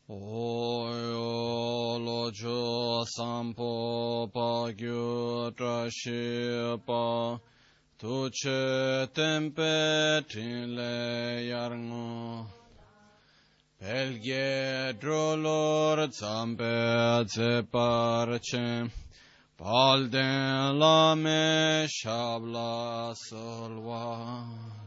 Oyo lojo sampo pa gyu trashi pa tuche tempe trile yarngo pelge drolor zampe zeparche palden lame shabla solwa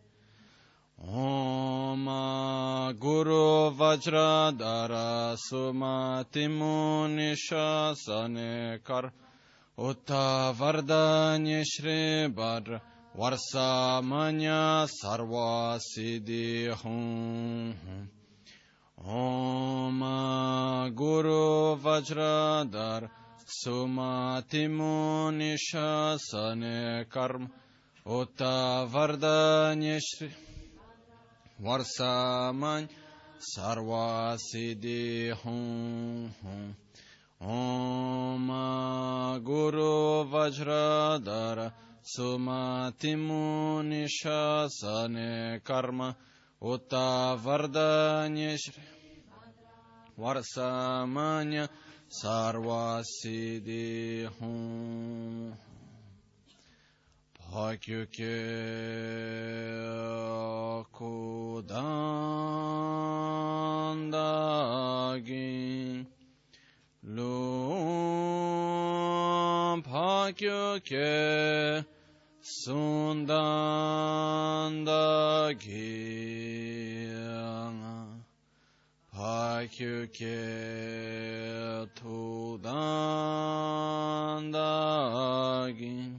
Om Guru Vajradhara Sumati Munisha Sanekar Utta Vardanya Shri Bhadra Varsamanya Sarva Siddhi Hum Om Guru Vajradhara Sumati Munisha Sanekar Utta Vardanya Shri Varsamanya Sarva Siddhi Hum Om Guru Vajradhara Sumati Munisha Sane Karma Utta Vardanya Shri Varsamanya Sarva Siddhi Hum Pakyuke Kudandagi Lum Pakyuke Sundandagi Pakyuke Tudandagi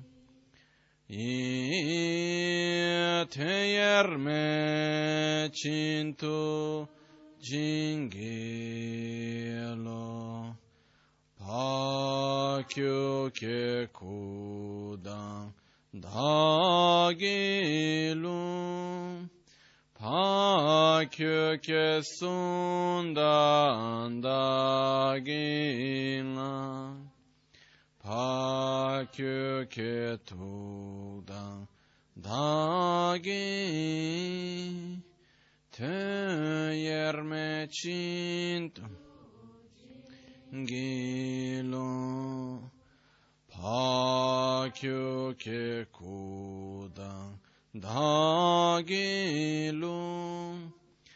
Teyerme cintu jingelo Pakyo ke kudan dagilum Pakyo ke sundan dagilan Pakyo ke tudan dagi teyerme cintu gilo Pakyo ke kudan dagilum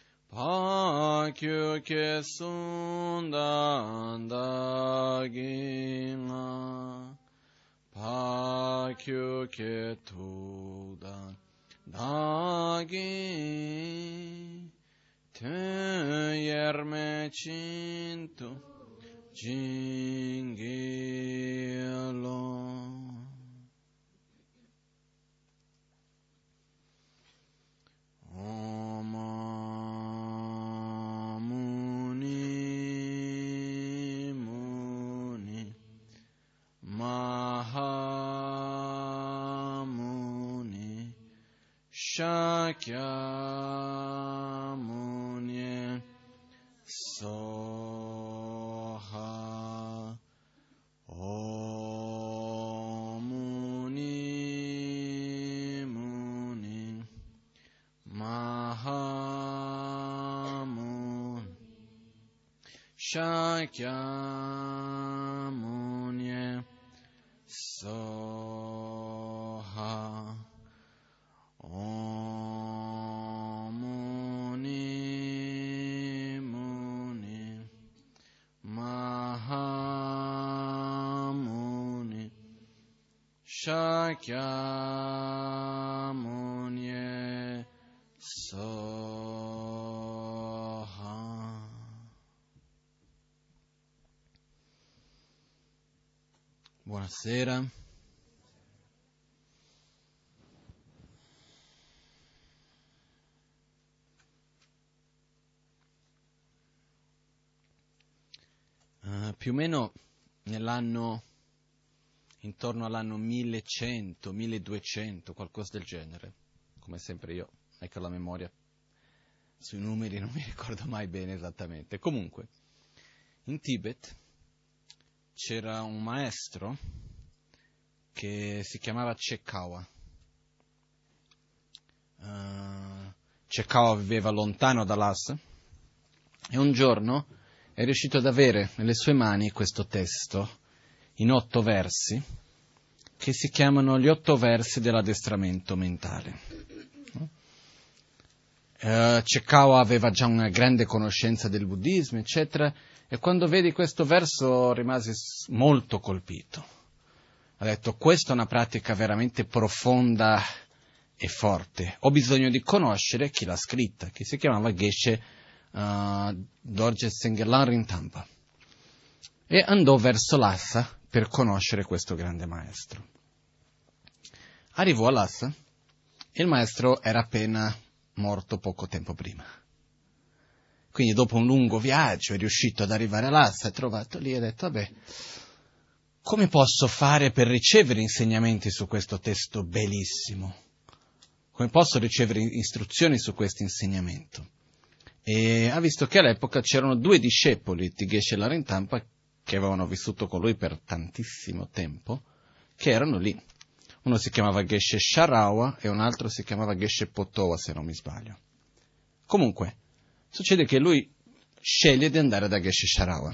Pakyo ke sundan dagila Pakyo ke tudan dagi teyerme cintu jingilo Mahamuni Shakyamuni Soha Omuni Muni Mahamuni Shakyamuni Soha Omuni Muni Mahamuni Shakyamuni Soha. Buonasera. Più o meno intorno all'anno 1100, 1200, qualcosa del genere. Come sempre io, ecco la memoria sui numeri, non mi ricordo mai bene esattamente. Comunque, in Tibet c'era un maestro che si chiamava Chekawa. Chekawa viveva lontano da Lhasa e un giorno è riuscito ad avere nelle sue mani questo testo in 8 versi che si chiamano gli 8 versi dell'addestramento mentale. Chekawa aveva già una grande conoscenza del buddismo, eccetera, e quando vedi questo verso rimase molto colpito. Ha detto, questa è una pratica veramente profonda e forte. Ho bisogno di conoscere chi l'ha scritta, che si chiamava Geshe Dorje Sengelan Rintampa. E andò verso Lhasa per conoscere questo grande maestro. Arrivò a Lhasa e il maestro era appena morto poco tempo prima. Quindi dopo un lungo viaggio è riuscito ad arrivare a Lhasa, è trovato lì e ha detto, vabbè, come posso fare per ricevere insegnamenti su questo testo bellissimo? Come posso ricevere istruzioni su questo insegnamento? E ha visto che all'epoca c'erano 2 discepoli di Geshe Larentampa che avevano vissuto con lui per tantissimo tempo, che erano lì. Uno si chiamava Geshe Sharawa e un altro si chiamava Geshe Potowa, se non mi sbaglio. Comunque, succede che lui sceglie di andare da Geshe Sharawa.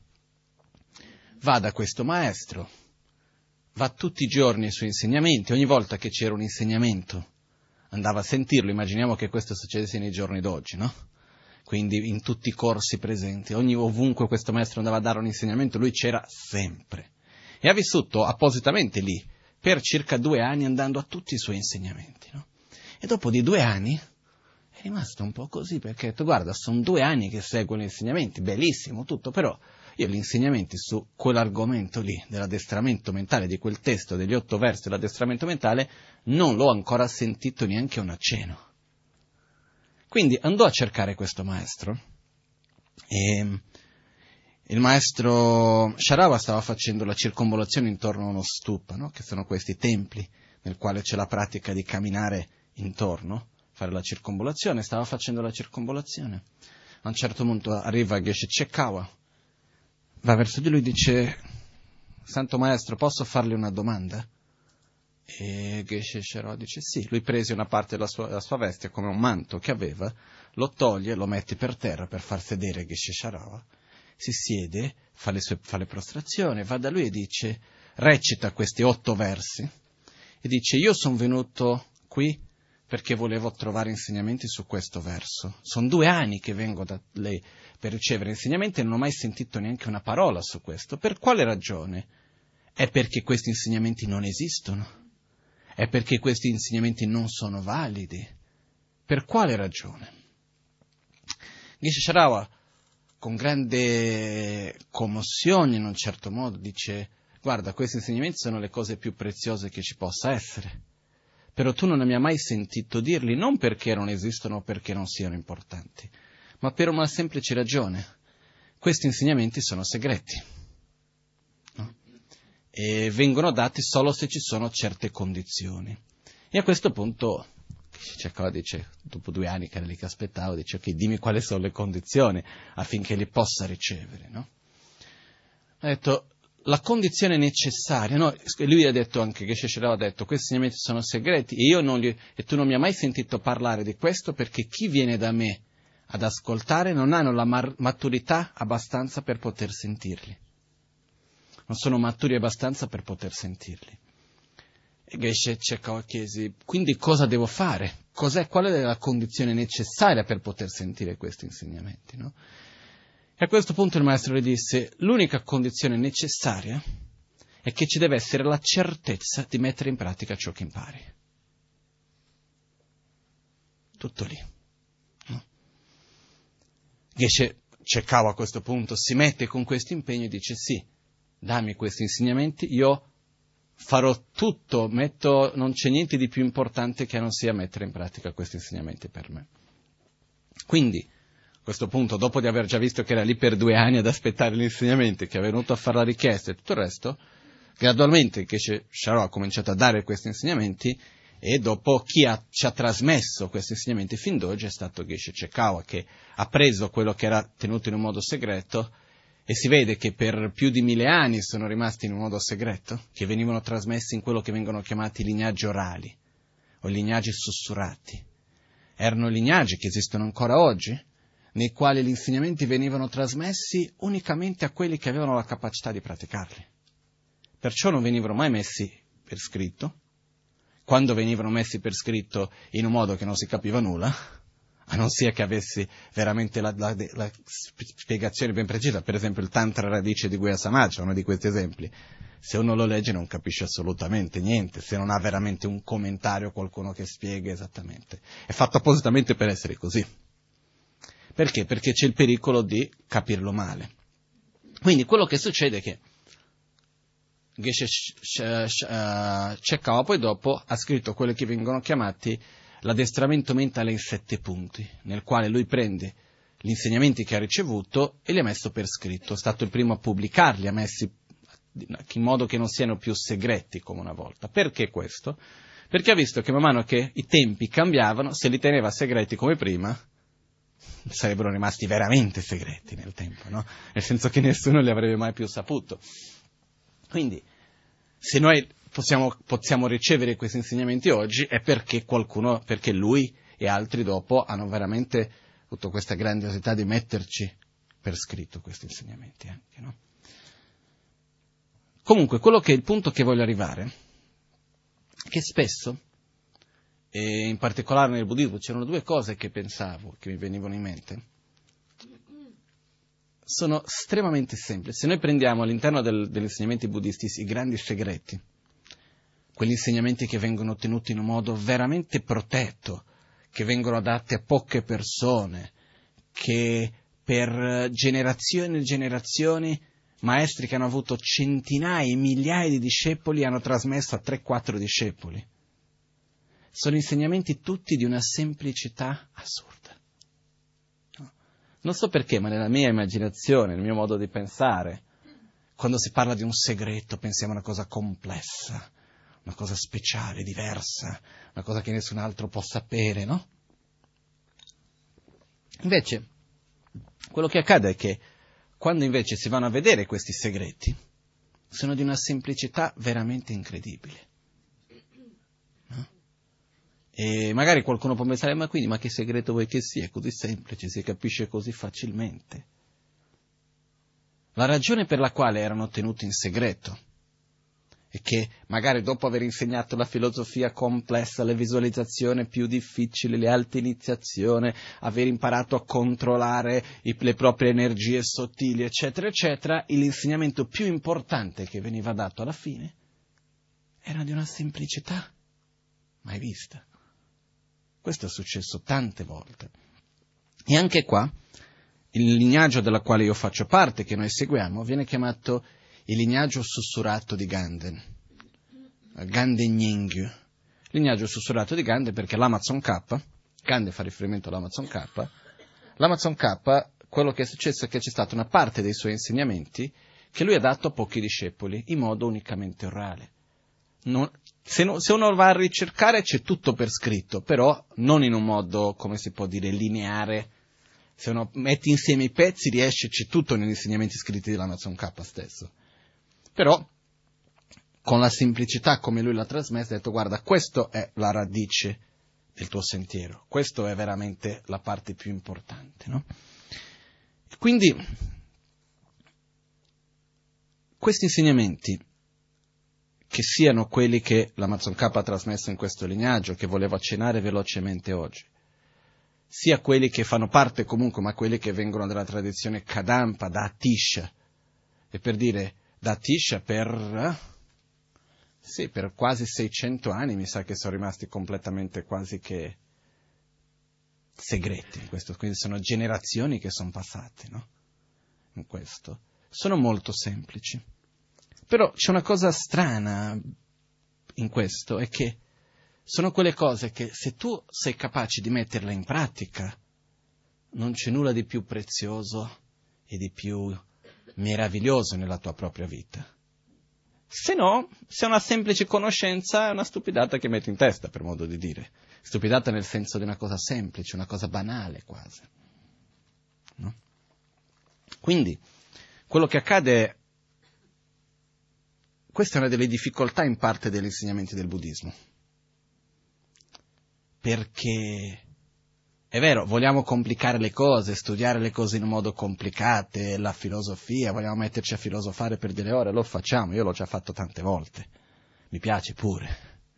Va da questo maestro, va tutti i giorni ai suoi insegnamenti, ogni volta che c'era un insegnamento andava a sentirlo. Immaginiamo che questo succedesse nei giorni d'oggi, no? Quindi in tutti i corsi presenti, ovunque questo maestro andava a dare un insegnamento, lui c'era sempre. E ha vissuto appositamente lì, per circa 2 anni, andando a tutti i suoi insegnamenti, no? E dopo di 2 anni è rimasto un po' così, perché ha detto, guarda, sono 2 anni che seguo gli insegnamenti, bellissimo tutto, però io gli insegnamenti su quell'argomento lì, dell'addestramento mentale, di quel testo, degli 8 versi dell'addestramento mentale, non l'ho ancora sentito neanche un accenno. Quindi andò a cercare questo maestro, e il maestro Sharawa stava facendo la circonvolazione intorno a uno stupa, no? Che sono questi templi nel quale c'è la pratica di camminare intorno, fare la circonvolazione. Stava facendo la circonvolazione. A un certo punto arriva Geshe Chekawa, va verso di lui e dice, Santo Maestro, posso farle una domanda? E Geshe Sharawa dice sì. Lui prese una parte della sua veste come un manto che aveva, lo toglie, lo mette per terra per far sedere Geshe Sharawa, si siede, fa le prostrazioni, va da lui e dice, recita questi 8 versi, e dice, io sono venuto qui perché volevo trovare insegnamenti su questo verso. Sono 2 anni che vengo da lei per ricevere insegnamenti e non ho mai sentito neanche una parola su questo. Per quale ragione? È perché questi insegnamenti non esistono? È perché questi insegnamenti non sono validi? Per quale ragione? Geshe Sharawa, con grande commozione in un certo modo, dice, guarda, questi insegnamenti sono le cose più preziose che ci possa essere, però tu non ne hai mai sentito dirli, non perché non esistono o perché non siano importanti, ma per una semplice ragione. Questi insegnamenti sono segreti, no? E vengono dati solo se ci sono certe condizioni. E a questo punto Chekawa dice, dopo 2 anni che era lì che aspettavo, dice, ok, dimmi quali sono le condizioni affinché li possa ricevere, no? Ha detto, la condizione necessaria, no? Lui ha detto anche, Geshe Sharawa ha detto, questi insegnamenti sono segreti e tu non mi hai mai sentito parlare di questo perché chi viene da me ad ascoltare non hanno la maturità abbastanza per poter sentirli. Non sono maturi abbastanza per poter sentirli. E Geshe Chekawa chiese, quindi cosa devo fare? Qual è la condizione necessaria per poter sentire questi insegnamenti, no? E a questo punto il maestro le disse, l'unica condizione necessaria è che ci deve essere la certezza di mettere in pratica ciò che impari. Tutto lì, no? Geshe Chekawa a questo punto si mette con questo impegno e dice, sì, dammi questi insegnamenti, io farò tutto, non c'è niente di più importante che non sia mettere in pratica questi insegnamenti per me. Quindi, a questo punto, dopo di aver già visto che era lì per 2 anni ad aspettare gli insegnamenti, che è venuto a fare la richiesta e tutto il resto, gradualmente Geshe Sharawa ha cominciato a dare questi insegnamenti e dopo chi ci ha trasmesso questi insegnamenti fin d'oggi è stato Geshe Chekawa, che ha preso quello che era tenuto in un modo segreto. E si vede che per più di 1000 anni sono rimasti in un modo segreto, che venivano trasmessi in quello che vengono chiamati lignaggi orali, o lignaggi sussurrati. Erano lignaggi che esistono ancora oggi, nei quali gli insegnamenti venivano trasmessi unicamente a quelli che avevano la capacità di praticarli. Perciò non venivano mai messi per scritto. Quando venivano messi per scritto in un modo che non si capiva nulla, a non sia che avessi veramente la spiegazione ben precisa, per esempio il Tantra Radice di Guhya Samaja, uno di questi esempi. Se uno lo legge non capisce assolutamente niente, se non ha veramente un commentario, qualcuno che spiega esattamente. È fatto appositamente per essere così. Perché? Perché c'è il pericolo di capirlo male. Quindi quello che succede è che Geshe Chekawa poi dopo ha scritto quelli che vengono chiamati l'addestramento mentale in 7 punti, nel quale lui prende gli insegnamenti che ha ricevuto e li ha messo per scritto. È stato il primo a pubblicarli, ha messi in modo che non siano più segreti come una volta. Perché questo? Perché ha visto che man mano che i tempi cambiavano, se li teneva segreti come prima, sarebbero rimasti veramente segreti nel tempo, no? Nel senso che nessuno li avrebbe mai più saputo. Quindi, se noi possiamo ricevere questi insegnamenti oggi è perché perché lui e altri dopo hanno veramente avuto questa grandiosità di metterci per scritto questi insegnamenti anche, no? Comunque, il punto che voglio arrivare è che spesso, e in particolare nel buddismo, c'erano 2 cose che pensavo, che mi venivano in mente. Sono estremamente semplici. Se noi prendiamo all'interno degli insegnamenti buddistici i grandi segreti, quegli insegnamenti che vengono ottenuti in un modo veramente protetto, che vengono dati a poche persone, che per generazioni e generazioni maestri che hanno avuto centinaia, migliaia di discepoli hanno trasmesso a 3-4 discepoli. Sono insegnamenti tutti di una semplicità assurda. No? Non so perché, ma nella mia immaginazione, nel mio modo di pensare, quando si parla di un segreto pensiamo a una cosa complessa, una cosa speciale, diversa, una cosa che nessun altro può sapere, no? Invece, quello che accade è che quando invece si vanno a vedere questi segreti, sono di una semplicità veramente incredibile. No? E magari qualcuno può pensare, ma che segreto vuoi che sia? È così semplice, si capisce così facilmente. La ragione per la quale erano tenuti in segreto è che magari dopo aver insegnato la filosofia complessa, le visualizzazioni più difficili, le alte iniziazioni, aver imparato a controllare le proprie energie sottili, eccetera, eccetera, l'insegnamento più importante che veniva dato alla fine era di una semplicità mai vista. Questo è successo tante volte. E anche qua, il lignaggio della quale io faccio parte, che noi seguiamo, viene chiamato il lignaggio sussurrato di Ganden, Ganden Nyingyu. Il lignaggio sussurrato di Ganden perché l'Amazon K, Ganden fa riferimento all'Amazon K, l'Amazon K, quello che è successo è che c'è stata una parte dei suoi insegnamenti che lui ha dato a pochi discepoli, in modo unicamente orale. Se uno va a ricercare c'è tutto per scritto, però non in un modo, come si può dire, lineare. Se uno mette insieme i pezzi c'è tutto negli insegnamenti scritti dell'Amazon K stesso. Però, con la semplicità come lui l'ha trasmessa, ha detto, guarda, questa è la radice del tuo sentiero, questa è veramente la parte più importante, no? Quindi, questi insegnamenti, che siano quelli che l'Amazon K ha trasmesso in questo lignaggio, che volevo accennare velocemente oggi, sia quelli che fanno parte comunque, ma quelli che vengono dalla tradizione Kadampa, da Atisha, e per dire, da Atisha per quasi 600 anni mi sa che sono rimasti completamente quasi che segreti in questo, quindi sono generazioni che sono passate, no? In questo. Sono molto semplici. Però c'è una cosa strana in questo, è che sono quelle cose che se tu sei capace di metterle in pratica, non c'è nulla di più prezioso e di più meraviglioso nella tua propria vita. Se no, se è una semplice conoscenza, è una stupidata che metti in testa, per modo di dire. Stupidata nel senso di una cosa semplice, una cosa banale quasi. No? Quindi, quello che accade è, questa è una delle difficoltà in parte degli insegnamenti del buddismo. Perché È vero, vogliamo complicare le cose, studiare le cose in un modo complicato, la filosofia, vogliamo metterci a filosofare per delle ore, lo facciamo, io l'ho già fatto tante volte, mi piace pure.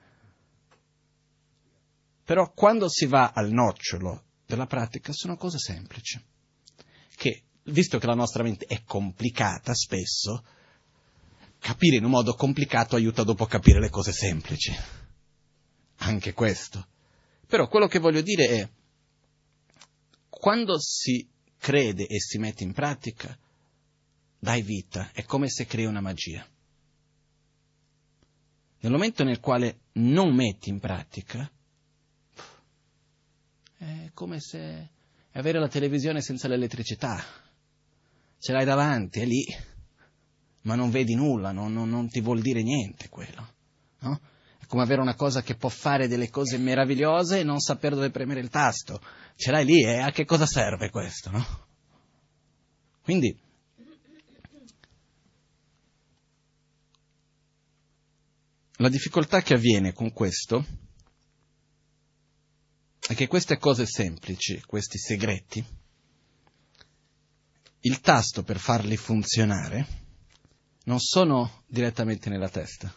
Però quando si va al nocciolo della pratica sono cose semplici, che, visto che la nostra mente è complicata spesso, capire in un modo complicato aiuta dopo a capire le cose semplici. Anche questo. Però quello che voglio dire è, quando si crede e si mette in pratica, dai vita, è come se crei una magia. Nel momento nel quale non metti in pratica, è come se avere la televisione senza l'elettricità. Ce l'hai davanti, è lì, ma non vedi nulla, non ti vuol dire niente quello, no? È come avere una cosa che può fare delle cose meravigliose e non saper dove premere il tasto. Ce l'hai lì, e a che cosa serve questo, no? Quindi, la difficoltà che avviene con questo è che queste cose semplici, questi segreti, il tasto per farli funzionare non sono direttamente nella testa.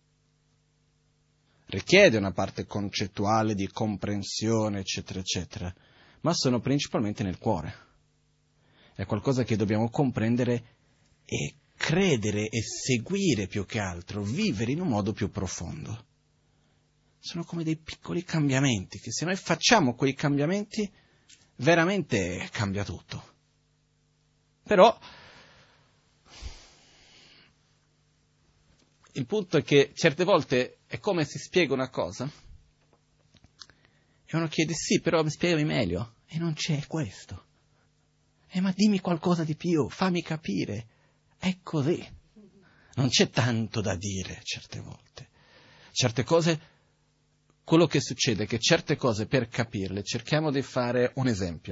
Richiede una parte concettuale di comprensione, eccetera, eccetera, ma sono principalmente nel cuore. È qualcosa che dobbiamo comprendere e credere e seguire più che altro, vivere in un modo più profondo. Sono come dei piccoli cambiamenti, che se noi facciamo quei cambiamenti, veramente cambia tutto. Però il punto è che certe volte è come si spiega una cosa e uno chiede sì, però spiegami meglio, e non c'è questo. Ma dimmi qualcosa di più, fammi capire. È così. Non c'è tanto da dire certe volte. Certe cose, quello che succede è che certe cose per capirle cerchiamo di fare un esempio.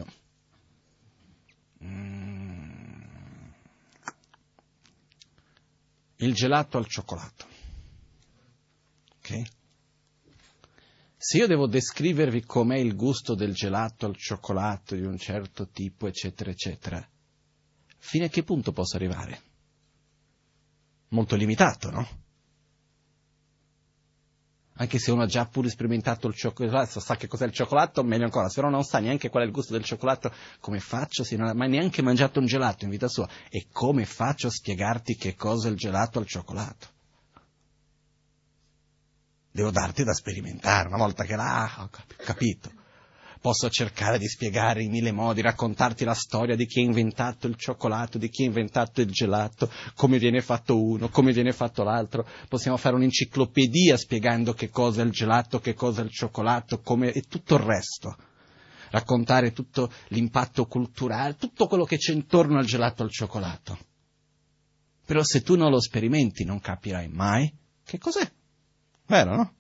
Il gelato al cioccolato. Ok? Se io devo descrivervi com'è il gusto del gelato al cioccolato di un certo tipo, eccetera, eccetera, fino a che punto posso arrivare? Molto limitato, no? Anche se uno ha già pure sperimentato il cioccolato, sa che cos'è il cioccolato, meglio ancora. Se uno non sa neanche qual è il gusto del cioccolato, come faccio, se non ha mai neanche mangiato un gelato in vita sua, e come faccio a spiegarti che cosa è il gelato al cioccolato? Devo darti da sperimentare, una volta che ho capito. Posso cercare di spiegare in 1000 modi, raccontarti la storia di chi ha inventato il cioccolato, di chi ha inventato il gelato, come viene fatto uno, come viene fatto l'altro. Possiamo fare un'enciclopedia spiegando che cosa è il gelato, che cosa è il cioccolato, come e tutto il resto. Raccontare tutto l'impatto culturale, tutto quello che c'è intorno al gelato al cioccolato. Però se tu non lo sperimenti non capirai mai che cos'è. Vero, no?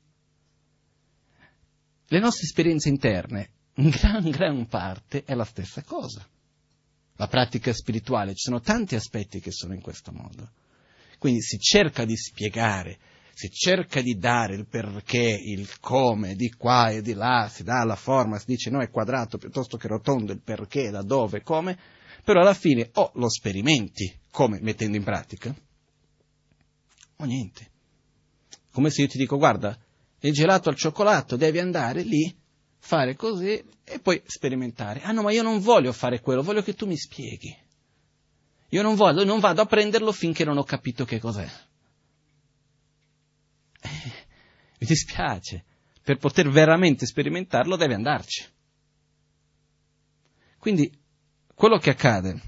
Le nostre esperienze interne, in gran parte, è la stessa cosa. La pratica spirituale, ci sono tanti aspetti che sono in questo modo. Quindi si cerca di spiegare, si cerca di dare il perché, il come, di qua e di là, si dà la forma, si dice no è quadrato piuttosto che rotondo, il perché, da dove, come, però alla fine o lo sperimenti, come mettendo in pratica, o niente. Come se io ti dico guarda, il gelato al cioccolato, devi andare lì, fare così e poi sperimentare. Ah no, ma io non voglio fare quello, voglio che tu mi spieghi. Io non vado a prenderlo finché non ho capito che cos'è. Mi dispiace, per poter veramente sperimentarlo devi andarci. Quindi quello che accade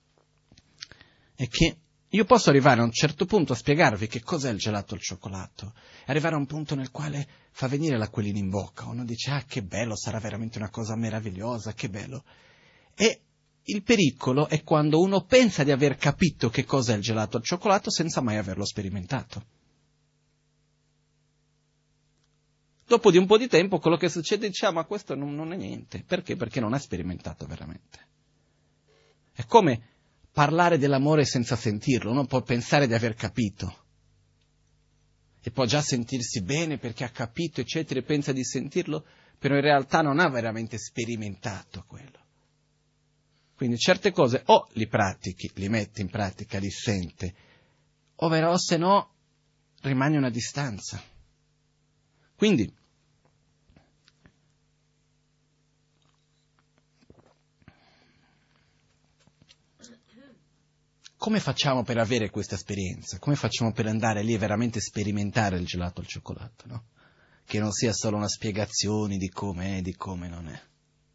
è che io posso arrivare a un certo punto a spiegarvi che cos'è il gelato al cioccolato, e arrivare a un punto nel quale fa venire l'acquolina in bocca, uno dice ah che bello, sarà veramente una cosa meravigliosa, che bello. E il pericolo è quando uno pensa di aver capito che cos'è il gelato al cioccolato senza mai averlo sperimentato. Dopo di un po' di tempo quello che succede dice ma questo non è niente. Perché? Perché non è sperimentato veramente. È come parlare dell'amore senza sentirlo, uno può pensare di aver capito e può già sentirsi bene perché ha capito, eccetera, e pensa di sentirlo, però in realtà non ha veramente sperimentato quello. Quindi certe cose o li pratichi, li metti in pratica, li sente, ovvero se no rimane una distanza. Quindi come facciamo per avere questa esperienza? Come facciamo per andare lì e veramente sperimentare il gelato al cioccolato, no? Che non sia solo una spiegazione di come è, di come non è.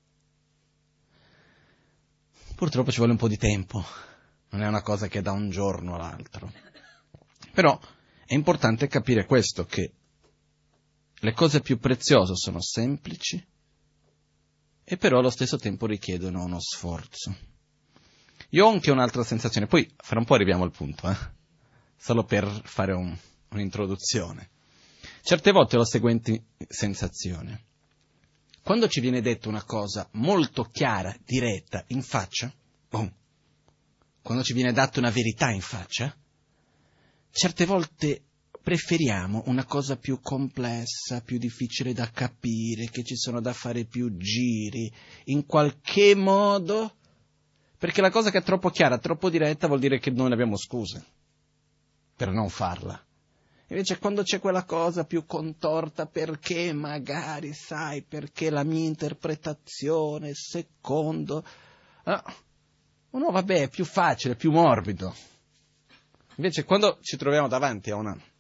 Purtroppo ci vuole un po' di tempo, non è una cosa che da un giorno all'altro. Però è importante capire questo, che le cose più preziose sono semplici e però allo stesso tempo richiedono uno sforzo. Io ho anche un'altra sensazione, poi fra un po' arriviamo al punto, solo per fare un'introduzione. Certe volte ho la seguente sensazione. Quando ci viene detta una cosa molto chiara, diretta, in faccia, quando ci viene data una verità in faccia, certe volte preferiamo una cosa più complessa, più difficile da capire, che ci sono da fare più giri, in qualche modo, perché la cosa che è troppo chiara, troppo diretta, vuol dire che non abbiamo scuse per non farla. Invece quando c'è quella cosa più contorta, perché magari, sai, perché la mia interpretazione, secondo, uno vabbè, è più facile, più morbido. Invece quando ci troviamo davanti a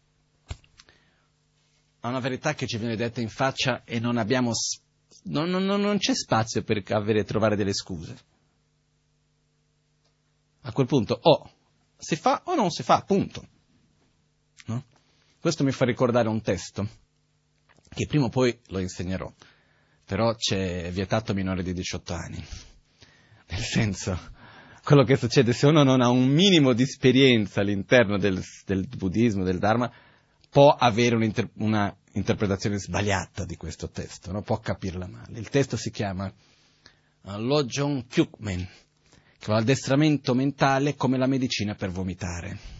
una verità che ci viene detta in faccia e non abbiamo, non c'è spazio per trovare delle scuse. A quel punto o si fa o non si fa, punto. No? Questo mi fa ricordare un testo, che prima o poi lo insegnerò, però c'è vietato minore di 18 anni. Nel senso, quello che succede se uno non ha un minimo di esperienza all'interno del buddismo, del dharma, può avere una interpretazione sbagliata di questo testo, no? Può capirla male. Il testo si chiama Lojong Kyukmen, che è l'addestramento mentale come la medicina per vomitare.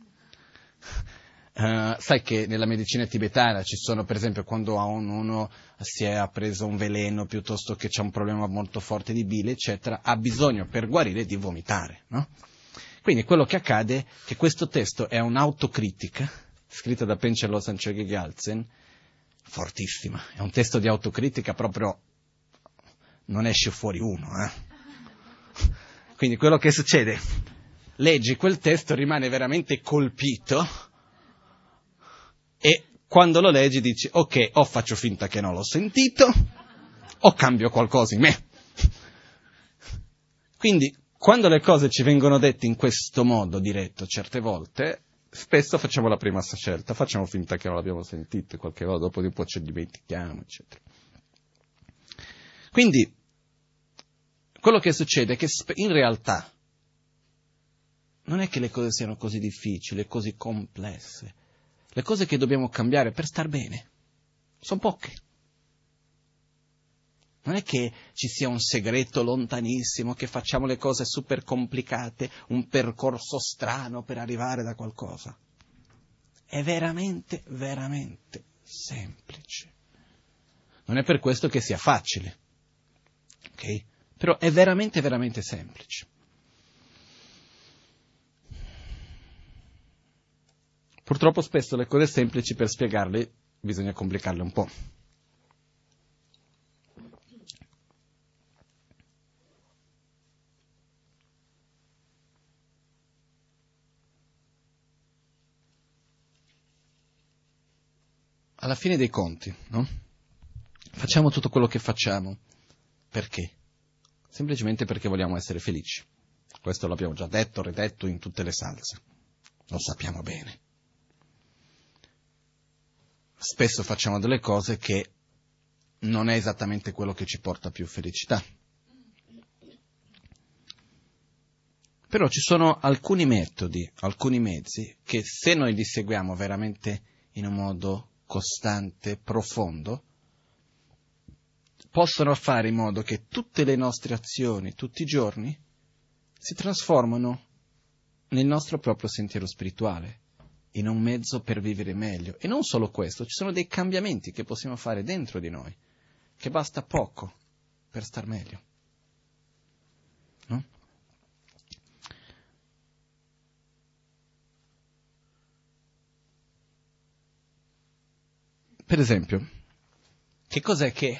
Sai che nella medicina tibetana ci sono, per esempio, quando uno si è preso un veleno piuttosto che c'è un problema molto forte di bile, eccetera, ha bisogno per guarire di vomitare, no? Quindi quello che accade è che questo testo è un'autocritica, scritta da Panchen Losang Chökyi Gyaltsen, fortissima, è un testo di autocritica proprio, non esce fuori uno, Quindi quello che succede, leggi quel testo, rimane veramente colpito, e quando lo leggi dici, ok, o faccio finta che non l'ho sentito, o cambio qualcosa in me. Quindi, quando le cose ci vengono dette in questo modo diretto, certe volte, spesso facciamo la prima scelta, facciamo finta che non l'abbiamo sentito, qualche volta, dopo un po' ci dimentichiamo, eccetera. Quindi, quello che succede è che in realtà non è che le cose siano così difficili, così complesse. Le cose che dobbiamo cambiare per star bene sono poche. Non è che ci sia un segreto lontanissimo, che facciamo le cose super complicate, un percorso strano per arrivare da qualcosa. È veramente, veramente semplice. Non è per questo che sia facile, ok? Però è veramente, veramente semplice. Purtroppo spesso le cose semplici, per spiegarle, bisogna complicarle un po'. Alla fine dei conti, no? Facciamo tutto quello che facciamo. Perché? Semplicemente perché vogliamo essere felici. Questo l'abbiamo già detto, ridetto in tutte le salse. Lo sappiamo bene. Spesso facciamo delle cose che non è esattamente quello che ci porta più felicità. Però ci sono alcuni metodi, alcuni mezzi, che se noi li seguiamo veramente in un modo costante, profondo, possono fare in modo che tutte le nostre azioni, tutti i giorni, si trasformano nel nostro proprio sentiero spirituale, in un mezzo per vivere meglio. E non solo questo, ci sono dei cambiamenti che possiamo fare dentro di noi, che basta poco per star meglio. No? Per esempio, che cos'è che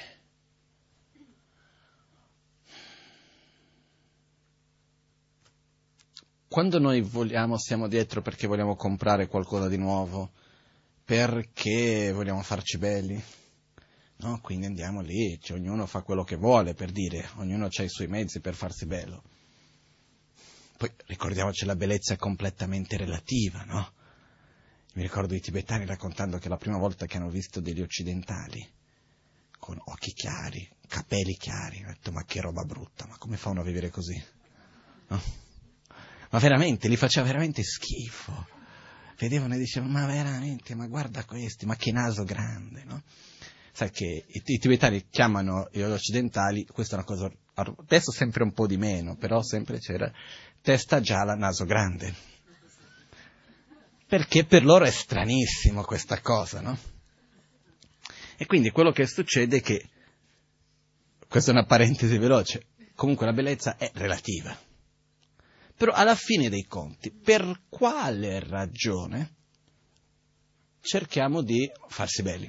quando noi stiamo dietro perché vogliamo comprare qualcosa di nuovo, perché vogliamo farci belli, no? Quindi andiamo lì, ognuno fa quello che vuole, per dire, ognuno ha i suoi mezzi per farsi bello. Poi ricordiamoci, la bellezza è completamente relativa, no? Mi ricordo i tibetani raccontando che la prima volta che hanno visto degli occidentali con occhi chiari, capelli chiari, ho detto: ma che roba brutta, ma come fa uno a vivere così? No? Ma veramente, li faceva veramente schifo. Vedevano e dicevano: ma veramente, ma guarda questi, ma che naso grande, no? Sai che i tibetani chiamano gli occidentali, questa è una cosa, adesso sempre un po' di meno, però sempre c'era testa gialla, naso grande. Perché per loro è stranissimo questa cosa, no? E quindi quello che succede è che, questa è una parentesi veloce, comunque la bellezza è relativa. Però alla fine dei conti, per quale ragione cerchiamo di farsi belli?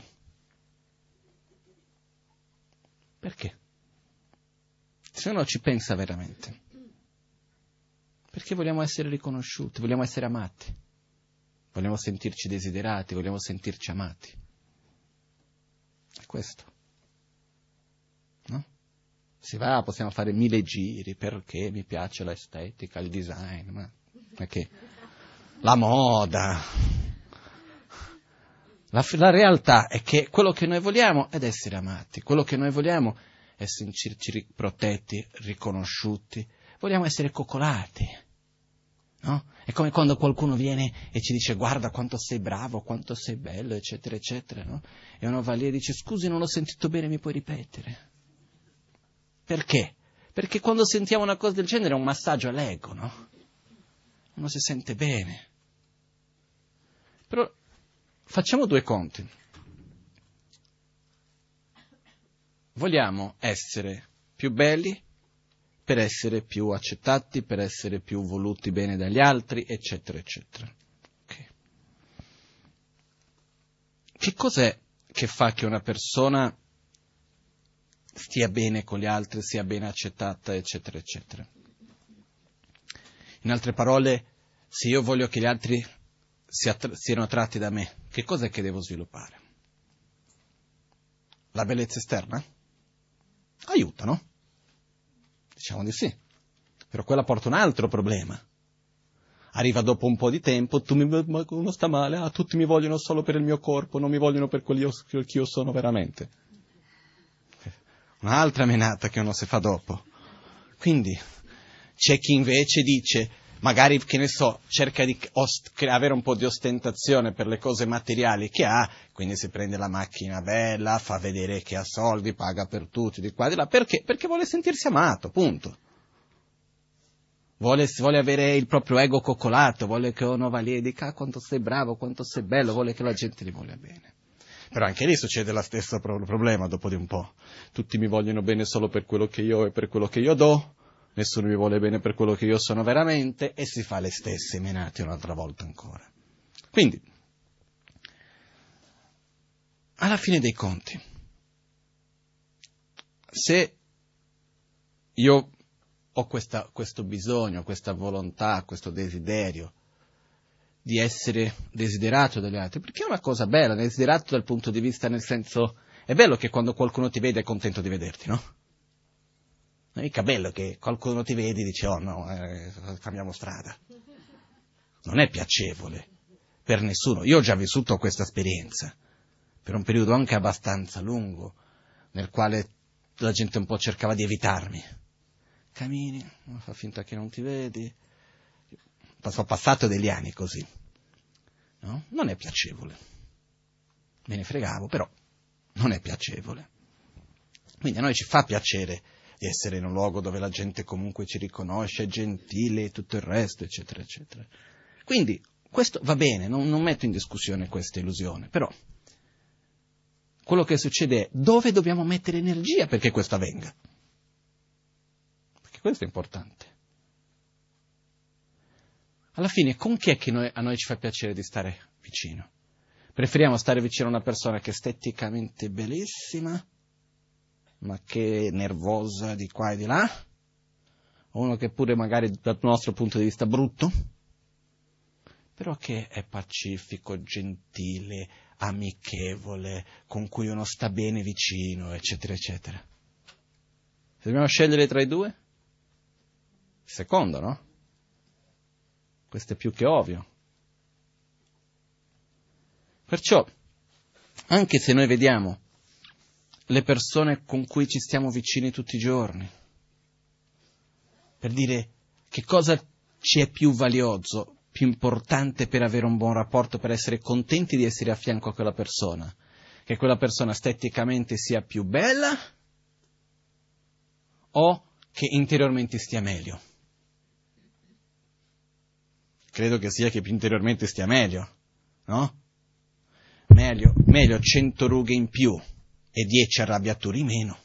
Perché? Se uno ci pensa veramente. Perché vogliamo essere riconosciuti, vogliamo essere amati, vogliamo sentirci desiderati, vogliamo sentirci amati. È questo. No? Si va, possiamo fare 1000 giri perché mi piace l'estetica, il design, ma perché la moda. La realtà è che quello che noi vogliamo è essere amati, quello che noi vogliamo è sentirci protetti, riconosciuti, vogliamo essere coccolati, no? È come quando qualcuno viene e ci dice: guarda quanto sei bravo, quanto sei bello, eccetera, eccetera, no? E uno va lì e dice: scusi, non l'ho sentito bene, mi puoi ripetere? Perché? Perché quando sentiamo una cosa del genere è un massaggio all'ego, no? Uno si sente bene. Però facciamo due conti. Vogliamo essere più belli per essere più accettati, per essere più voluti bene dagli altri, eccetera, eccetera. Okay. Che cos'è che fa che una persona stia bene con gli altri, sia ben accettata, eccetera, eccetera? In altre parole, se io voglio che gli altri siano tratti da me, che cos'è che devo sviluppare? La bellezza esterna? Aiuta, no? Diciamo di sì. Però quella porta un altro problema. Arriva dopo un po' di tempo, uno sta male, tutti mi vogliono solo per il mio corpo, non mi vogliono per quello che io sono veramente. Un'altra menata che uno si fa dopo. Quindi c'è chi invece dice, magari, che ne so, cerca di avere un po' di ostentazione per le cose materiali che ha, quindi si prende la macchina bella, fa vedere che ha soldi, paga per tutti, di qua e di là. Perché? Perché vuole sentirsi amato, punto. Vuole avere il proprio ego coccolato, vuole che uno va lì e dica: quanto sei bravo, quanto sei bello, vuole che la gente gli voglia bene. Però anche lì succede lo stesso problema dopo di un po'. Tutti mi vogliono bene solo per quello che io ho e per quello che io do, nessuno mi vuole bene per quello che io sono veramente, e si fa le stesse menate un'altra volta ancora. Quindi, alla fine dei conti, se io ho questo bisogno, questa volontà, questo desiderio di essere desiderato dagli altri, perché è una cosa bella, desiderato dal punto di vista, nel senso, è bello che quando qualcuno ti vede è contento di vederti, no? Non è mica bello che qualcuno ti vede e dice: oh no, cambiamo strada. Non è piacevole per nessuno. Io ho già vissuto questa esperienza, per un periodo anche abbastanza lungo, nel quale la gente un po' cercava di evitarmi. Cammini, fa finta che non ti vedi. Ho passato degli anni così, no? Non è piacevole. Me ne fregavo, però non è piacevole. Quindi a noi ci fa piacere di essere in un luogo dove la gente comunque ci riconosce, è gentile e tutto il resto, eccetera, eccetera. Quindi questo va bene, non metto in discussione questa illusione, però quello che succede è dove dobbiamo mettere energia perché questo avvenga. Perché questo è importante. Alla fine, con chi è che a noi ci fa piacere di stare vicino? Preferiamo stare vicino a una persona che è esteticamente bellissima, ma che è nervosa di qua e di là? O uno che pure magari dal nostro punto di vista brutto? Però che è pacifico, gentile, amichevole, con cui uno sta bene vicino, eccetera, eccetera. Se dobbiamo scegliere tra i due? Il secondo, no? Questo è più che ovvio. Perciò, anche se noi vediamo le persone con cui ci stiamo vicini tutti i giorni, per dire che cosa ci è più valioso, più importante per avere un buon rapporto, per essere contenti di essere a fianco a quella persona, che quella persona esteticamente sia più bella o che interiormente stia meglio? Credo che sia che più interiormente stia meglio, no? Meglio 100 rughe in più e 10 arrabbiature in meno.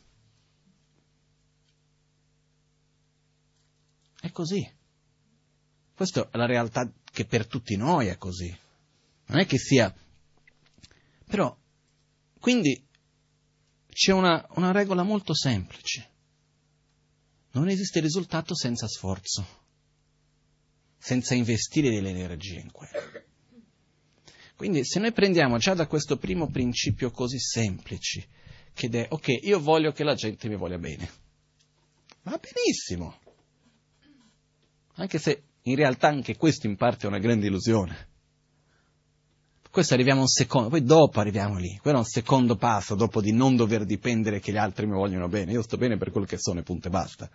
È così. Questa è la realtà che per tutti noi è così. Non è che sia... Però, quindi, c'è una regola molto semplice. Non esiste risultato senza sforzo, senza investire delle energie in quello. Quindi, se noi prendiamo già da questo primo principio così semplice, che è, ok, io voglio che la gente mi voglia bene. Va benissimo. Anche se in realtà anche questo in parte è una grande illusione. Questo arriviamo a un secondo, poi dopo arriviamo lì. Quello è un secondo passo, dopo di non dover dipendere che gli altri mi vogliono bene. Io sto bene per quello che sono e punto e basta.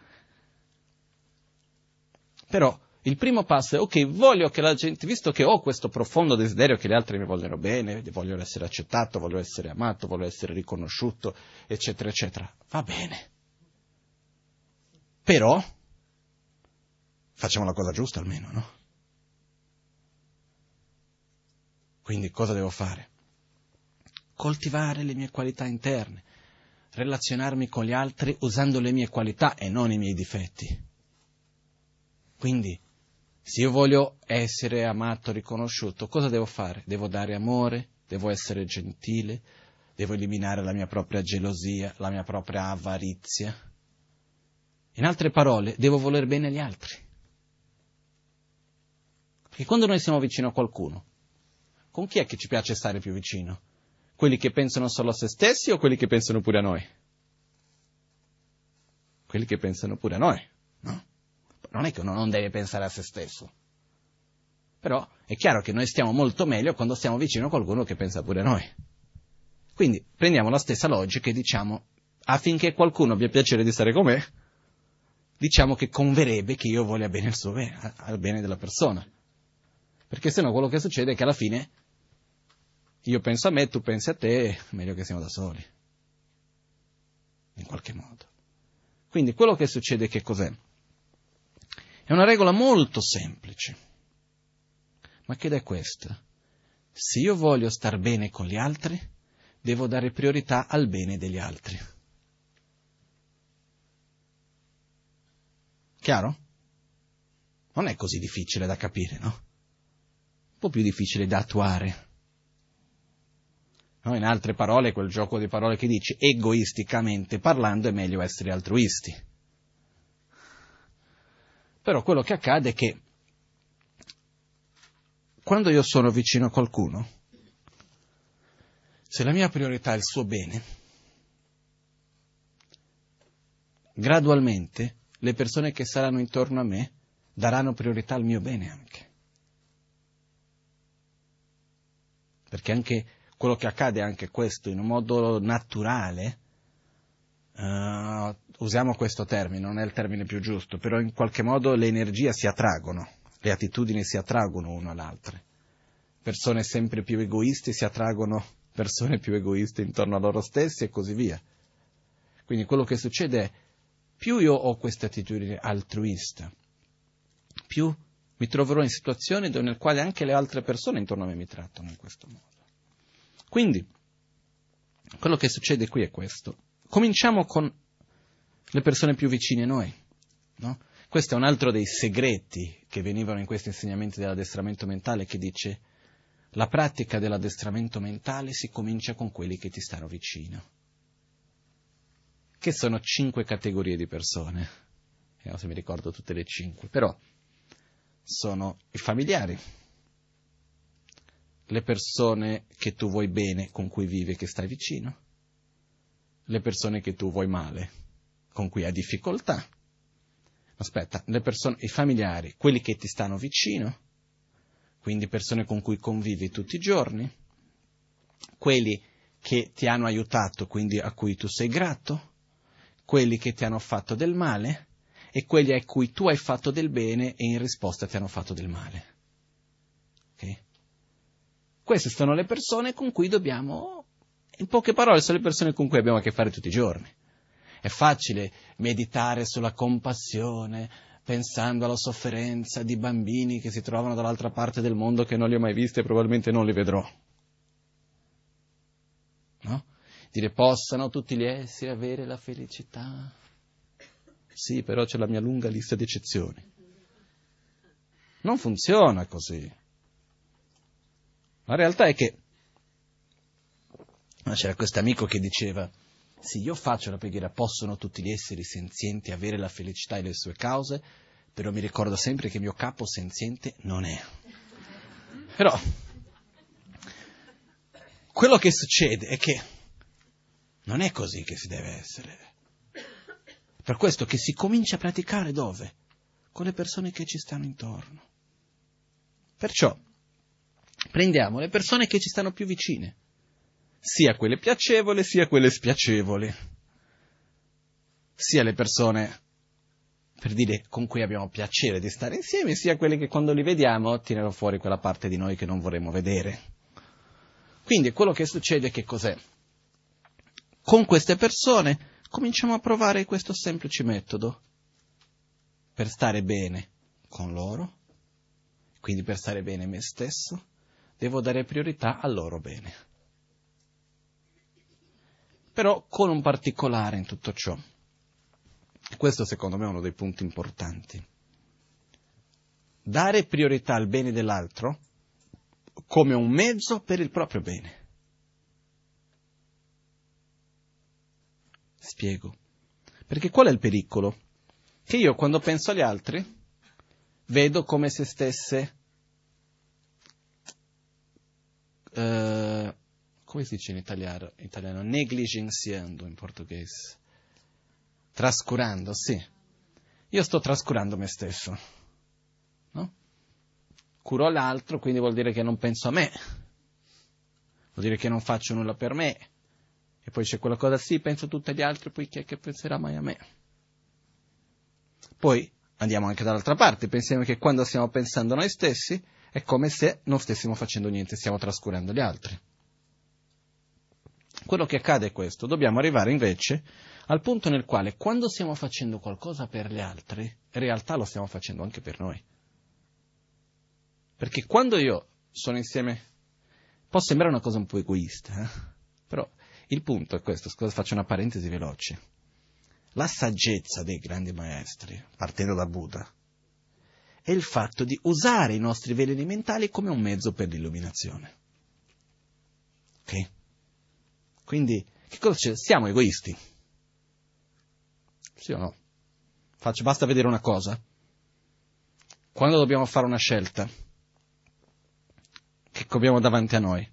Però il primo passo è, ok, voglio che la gente, visto che ho questo profondo desiderio che gli altri mi vogliono bene, voglio essere accettato, voglio essere amato, voglio essere riconosciuto, eccetera, eccetera, va bene. Però facciamo la cosa giusta almeno, no? Quindi cosa devo fare? Coltivare le mie qualità interne, relazionarmi con gli altri usando le mie qualità e non i miei difetti. Quindi, se io voglio essere amato, riconosciuto, cosa devo fare? Devo dare amore, devo essere gentile, devo eliminare la mia propria gelosia, la mia propria avarizia. In altre parole, devo voler bene agli altri. Perché quando noi siamo vicino a qualcuno, con chi è che ci piace stare più vicino? Quelli che pensano solo a se stessi o quelli che pensano pure a noi? Quelli che pensano pure a noi, no? Non è che uno non deve pensare a se stesso. Però è chiaro che noi stiamo molto meglio quando stiamo vicino a qualcuno che pensa pure a noi. Quindi prendiamo la stessa logica e diciamo, affinché qualcuno abbia piacere di stare con me, diciamo che converrebbe che io voglia bene il suo bene, al bene della persona. Perché sennò quello che succede è che alla fine io penso a me, tu pensi a te, è meglio che siamo da soli. In qualche modo. Quindi quello che succede che cos'è? È una regola molto semplice. Ma che è questa? Se io voglio star bene con gli altri, devo dare priorità al bene degli altri. Chiaro? Non è così difficile da capire, no? Un po' più difficile da attuare. No, in altre parole, quel gioco di parole che dice egoisticamente parlando è meglio essere altruisti. Però quello che accade è che quando io sono vicino a qualcuno, se la mia priorità è il suo bene, gradualmente le persone che saranno intorno a me daranno priorità al mio bene anche. Perché anche quello che accade è anche questo, in un modo naturale, usiamo questo termine, non è il termine più giusto, però in qualche modo le energie si attraggono, le attitudini si attraggono una all'altra. Persone sempre più egoiste si attraggono persone più egoiste intorno a loro stessi e così via. Quindi quello che succede è, più io ho questa attitudine altruista, più mi troverò in situazioni nelle quali anche le altre persone intorno a me mi trattano in questo modo. Quindi, quello che succede qui è questo. Cominciamo con le persone più vicine a noi, no? Questo è un altro dei segreti che venivano in questi insegnamenti dell'addestramento mentale, che dice: la pratica dell'addestramento mentale si comincia con quelli che ti stanno vicino. Che sono 5 categorie di persone. Vediamo se mi ricordo tutte le 5. Però sono i familiari, le persone che tu vuoi bene, con cui vivi, che stai vicino, le persone che tu vuoi male, con cui hai difficoltà. Aspetta, i familiari, quelli che ti stanno vicino, quindi persone con cui convivi tutti i giorni, quelli che ti hanno aiutato, quindi a cui tu sei grato, quelli che ti hanno fatto del male e quelli a cui tu hai fatto del bene e in risposta ti hanno fatto del male. Okay? Queste sono le persone con cui dobbiamo, in poche parole, sono le persone con cui abbiamo a che fare tutti i giorni. È facile meditare sulla compassione, pensando alla sofferenza di bambini che si trovano dall'altra parte del mondo, che non li ho mai visti e probabilmente non li vedrò. No? Dire: possano tutti gli esseri avere la felicità. Sì, però c'è la mia lunga lista di eccezioni. Non funziona così. La realtà è che c'era questo amico che diceva: sì, io faccio la preghiera, possono tutti gli esseri senzienti avere la felicità e le sue cause, però mi ricordo sempre che mio capo senziente non è. Però quello che succede è che non è così che si deve essere. Per questo che si comincia a praticare dove? Con le persone che ci stanno intorno. Perciò prendiamo le persone che ci stanno più vicine, sia quelle piacevoli sia quelle spiacevoli, sia le persone, per dire, con cui abbiamo piacere di stare insieme, sia quelle che quando li vediamo tirano fuori quella parte di noi che non vorremmo vedere. Quindi quello che succede è che cos'è? Con queste persone cominciamo a provare questo semplice metodo per stare bene con loro, quindi per stare bene me stesso, devo dare priorità al loro bene. Però con un particolare in tutto ciò. Questo secondo me è uno dei punti importanti. Dare priorità al bene dell'altro come un mezzo per il proprio bene. Spiego. Perché qual è il pericolo? Che io quando penso agli altri vedo come se stesse, come si dice in italiano? Negligenziando in portoghese. Trascurando, sì. Io sto trascurando me stesso, no? Curo l'altro, quindi vuol dire che non penso a me, vuol dire che non faccio nulla per me. E poi c'è quella cosa: sì, penso a tutti gli altri, poi chi è che penserà mai a me? Poi andiamo anche dall'altra parte, pensiamo che quando stiamo pensando a noi stessi è come se non stessimo facendo niente, stiamo trascurando gli altri. Quello che accade è questo: dobbiamo arrivare invece al punto nel quale quando stiamo facendo qualcosa per gli altri, in realtà lo stiamo facendo anche per noi. Perché quando io sono insieme, può sembrare una cosa un po' egoista, però il punto è questo. Scusa, faccio una parentesi veloce. La saggezza dei grandi maestri, partendo da Buddha, è il fatto di usare i nostri veleni mentali come un mezzo per l'illuminazione. Ok? Quindi, che cosa c'è? Siamo egoisti. Sì o no? Basta vedere una cosa. Quando dobbiamo fare una scelta, che abbiamo davanti a noi,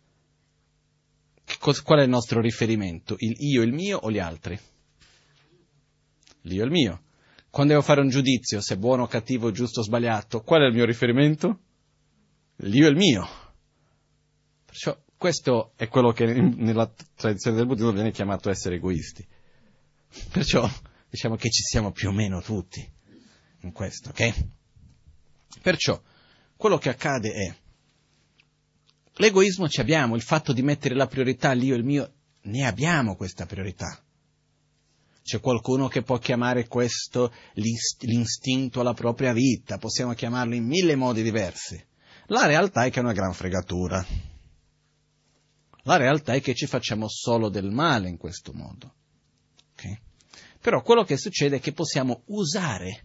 qual è il nostro riferimento? Il io, il mio o gli altri? L'io e il mio. Quando devo fare un giudizio, se è buono o cattivo, giusto o sbagliato, qual è il mio riferimento? L'io e il mio. Perciò questo è quello che nella tradizione del buddismo viene chiamato essere egoisti. Perciò diciamo che ci siamo più o meno tutti in questo, ok? Perciò quello che accade è: l'egoismo ci abbiamo, il fatto di mettere la priorità all'io e il mio, ne abbiamo questa priorità. C'è qualcuno che può chiamare questo l'istinto alla propria vita, possiamo chiamarlo in 1000 modi diversi. La realtà è che è una gran fregatura. La realtà è che ci facciamo solo del male in questo modo. Okay? Però quello che succede è che possiamo usare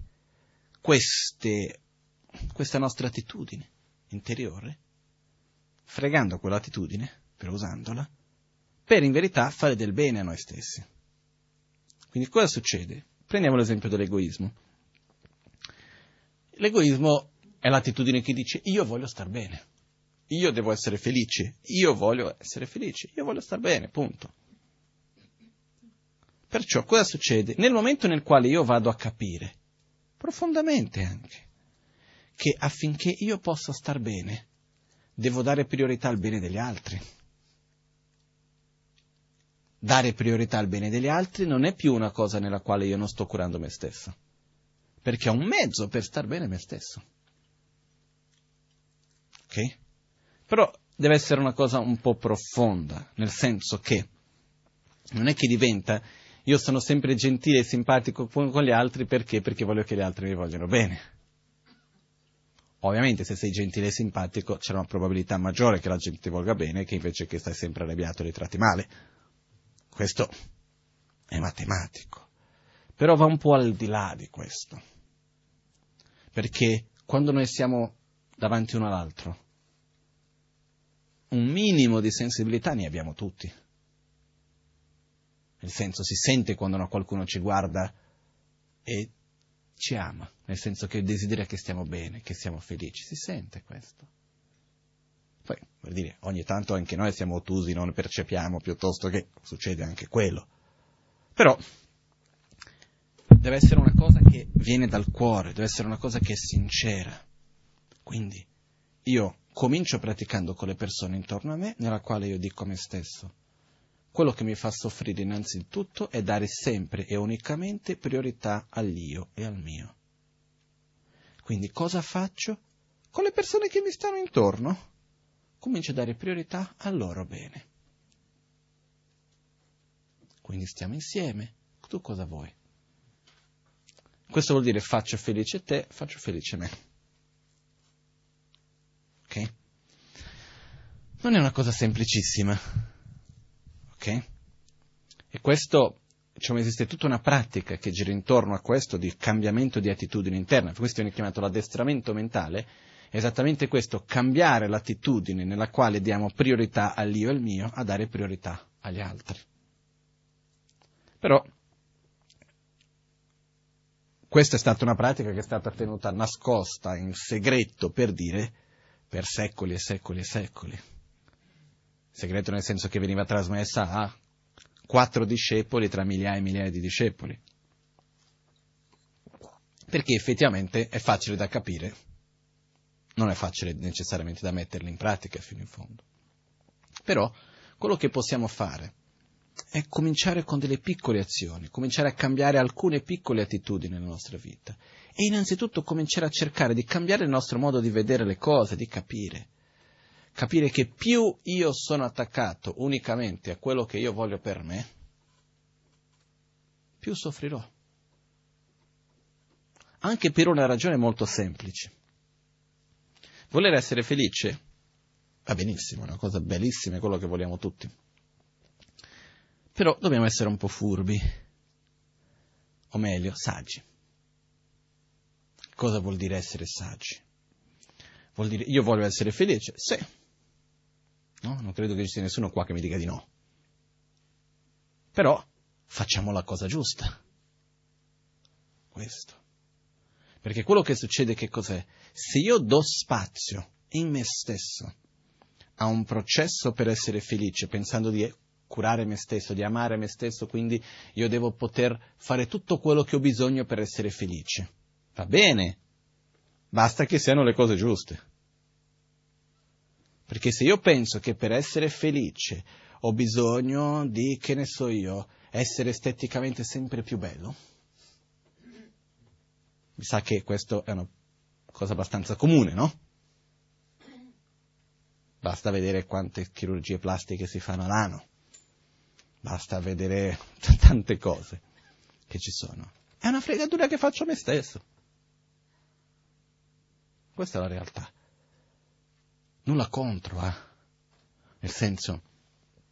questa nostra attitudine interiore, fregando quell'attitudine, per usandola, per in verità fare del bene a noi stessi. Quindi cosa succede? Prendiamo l'esempio dell'egoismo. L'egoismo è l'attitudine che dice io voglio star bene, io devo essere felice, io voglio essere felice, io voglio star bene, punto. Perciò cosa succede? Nel momento nel quale io vado a capire, profondamente anche, che affinché io possa star bene, devo dare priorità al bene degli altri. Dare priorità al bene degli altri non è più una cosa nella quale io non sto curando me stesso, perché è un mezzo per star bene me stesso. Ok? Però deve essere una cosa un po' profonda, nel senso che non è che diventa io sono sempre gentile e simpatico con gli altri perché voglio che gli altri mi vogliano bene. Ovviamente se sei gentile e simpatico c'è una probabilità maggiore che la gente ti volga bene che invece che stai sempre arrabbiato e li tratti male. Questo è matematico. Però va un po' al di là di questo. Perché quando noi siamo davanti uno all'altro, un minimo di sensibilità ne abbiamo tutti. Nel senso, si sente quando qualcuno ci guarda e ci ama, nel senso che desidera che stiamo bene, che siamo felici, si sente questo. Poi, per dire, ogni tanto anche noi siamo ottusi, non percepiamo, piuttosto che succede anche quello. Però deve essere una cosa che viene dal cuore, deve essere una cosa che è sincera. Quindi io comincio praticando con le persone intorno a me, nella quale io dico a me stesso, quello che mi fa soffrire innanzitutto è dare sempre e unicamente priorità all'io e al mio. Quindi cosa faccio? Con le persone che mi stanno intorno, comincio a dare priorità al loro bene. Quindi stiamo insieme, tu cosa vuoi? Questo vuol dire faccio felice te, faccio felice me. Ok? Non è una cosa semplicissima. Ok? E questo, esiste tutta una pratica che gira intorno a questo di cambiamento di attitudine interna. Questo viene chiamato l'addestramento mentale. È esattamente questo, cambiare l'attitudine nella quale diamo priorità all'io e al mio, a dare priorità agli altri. Però questa è stata una pratica che è stata tenuta nascosta, in segreto, per secoli e secoli e secoli. Segreto nel senso che veniva trasmessa a 4 discepoli tra migliaia e migliaia di discepoli. Perché effettivamente è facile da capire, non è facile necessariamente da metterli in pratica fino in fondo. Però quello che possiamo fare è cominciare con delle piccole azioni, cominciare a cambiare alcune piccole attitudini nella nostra vita e innanzitutto cominciare a cercare di cambiare il nostro modo di vedere le cose, di capire che più io sono attaccato unicamente a quello che io voglio per me, più soffrirò. Anche per una ragione molto semplice. Voler essere felice va benissimo, è una cosa bellissima, è quello che vogliamo tutti. Però dobbiamo essere un po' furbi, o meglio, saggi. Cosa vuol dire essere saggi? Vuol dire io voglio essere felice? Sì. No? Non credo che ci sia nessuno qua che mi dica di no. Però facciamo la cosa giusta. Questo. Perché quello che succede che cos'è? Se io do spazio in me stesso a un processo per essere felice, pensando di curare me stesso, di amare me stesso, quindi io devo poter fare tutto quello che ho bisogno per essere felice. Va bene, basta che siano le cose giuste. Perché se io penso che per essere felice ho bisogno di, che ne so io, essere esteticamente sempre più bello, mi sa che questo è una cosa abbastanza comune, no? Basta vedere quante chirurgie plastiche si fanno all'anno. Basta vedere tante cose che ci sono. È una fregatura che faccio a me stesso. Questa è la realtà. Nulla contro, Nel senso,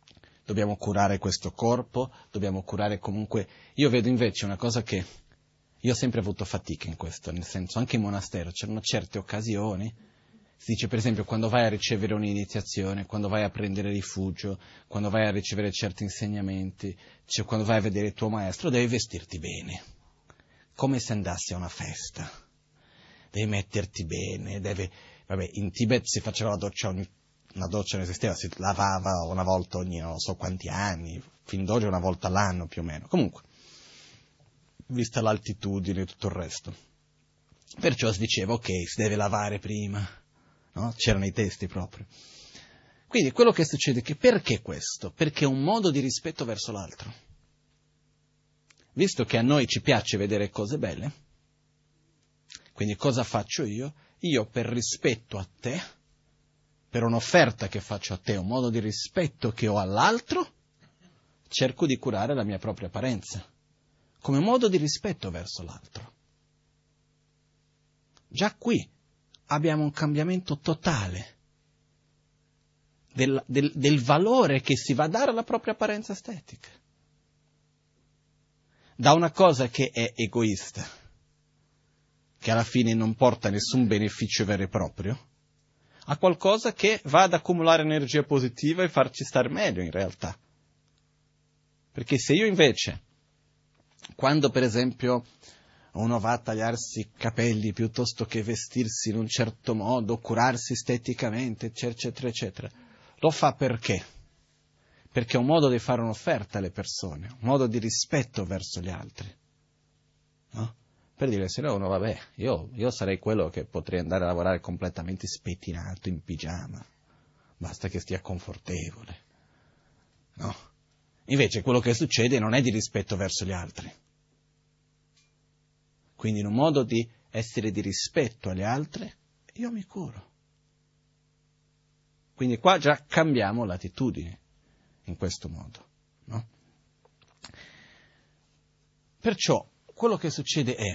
dobbiamo curare questo corpo, dobbiamo curare comunque... Io vedo invece una cosa che io ho sempre avuto fatica in questo, nel senso, anche in monastero c'erano certe occasioni, si dice per esempio quando vai a ricevere un'iniziazione, quando vai a prendere rifugio, quando vai a ricevere certi insegnamenti, cioè quando vai a vedere il tuo maestro, devi vestirti bene, come se andassi a una festa, devi metterti bene, Vabbè, in Tibet si faceva una doccia non esisteva, si lavava una volta ogni non so quanti anni, fin d'oggi una volta all'anno più o meno. Comunque, vista l'altitudine e tutto il resto. Perciò si diceva, ok, si deve lavare prima, no? C'erano i testi proprio. Quindi quello che succede è che perché questo? Perché è un modo di rispetto verso l'altro. Visto che a noi ci piace vedere cose belle, quindi cosa faccio io? Io per rispetto a te, per un'offerta che faccio a te, un modo di rispetto che ho all'altro, cerco di curare la mia propria apparenza, come modo di rispetto verso l'altro. Già qui abbiamo un cambiamento totale del valore che si va a dare alla propria apparenza estetica. Da una cosa che è egoista, che alla fine non porta nessun beneficio vero e proprio, a qualcosa che va ad accumulare energia positiva e farci star meglio in realtà. Perché se io invece, quando per esempio uno va a tagliarsi i capelli piuttosto che vestirsi in un certo modo, curarsi esteticamente, eccetera, eccetera, lo fa perché? Perché è un modo di fare un'offerta alle persone, un modo di rispetto verso gli altri, no? Per dire, se no uno, vabbè, io sarei quello che potrei andare a lavorare completamente spettinato, in pigiama, basta che stia confortevole, no? Invece quello che succede non è di rispetto verso gli altri. Quindi in un modo di essere di rispetto agli altri, io mi curo. Quindi qua già cambiamo l'attitudine in questo modo, no? Perciò quello che succede è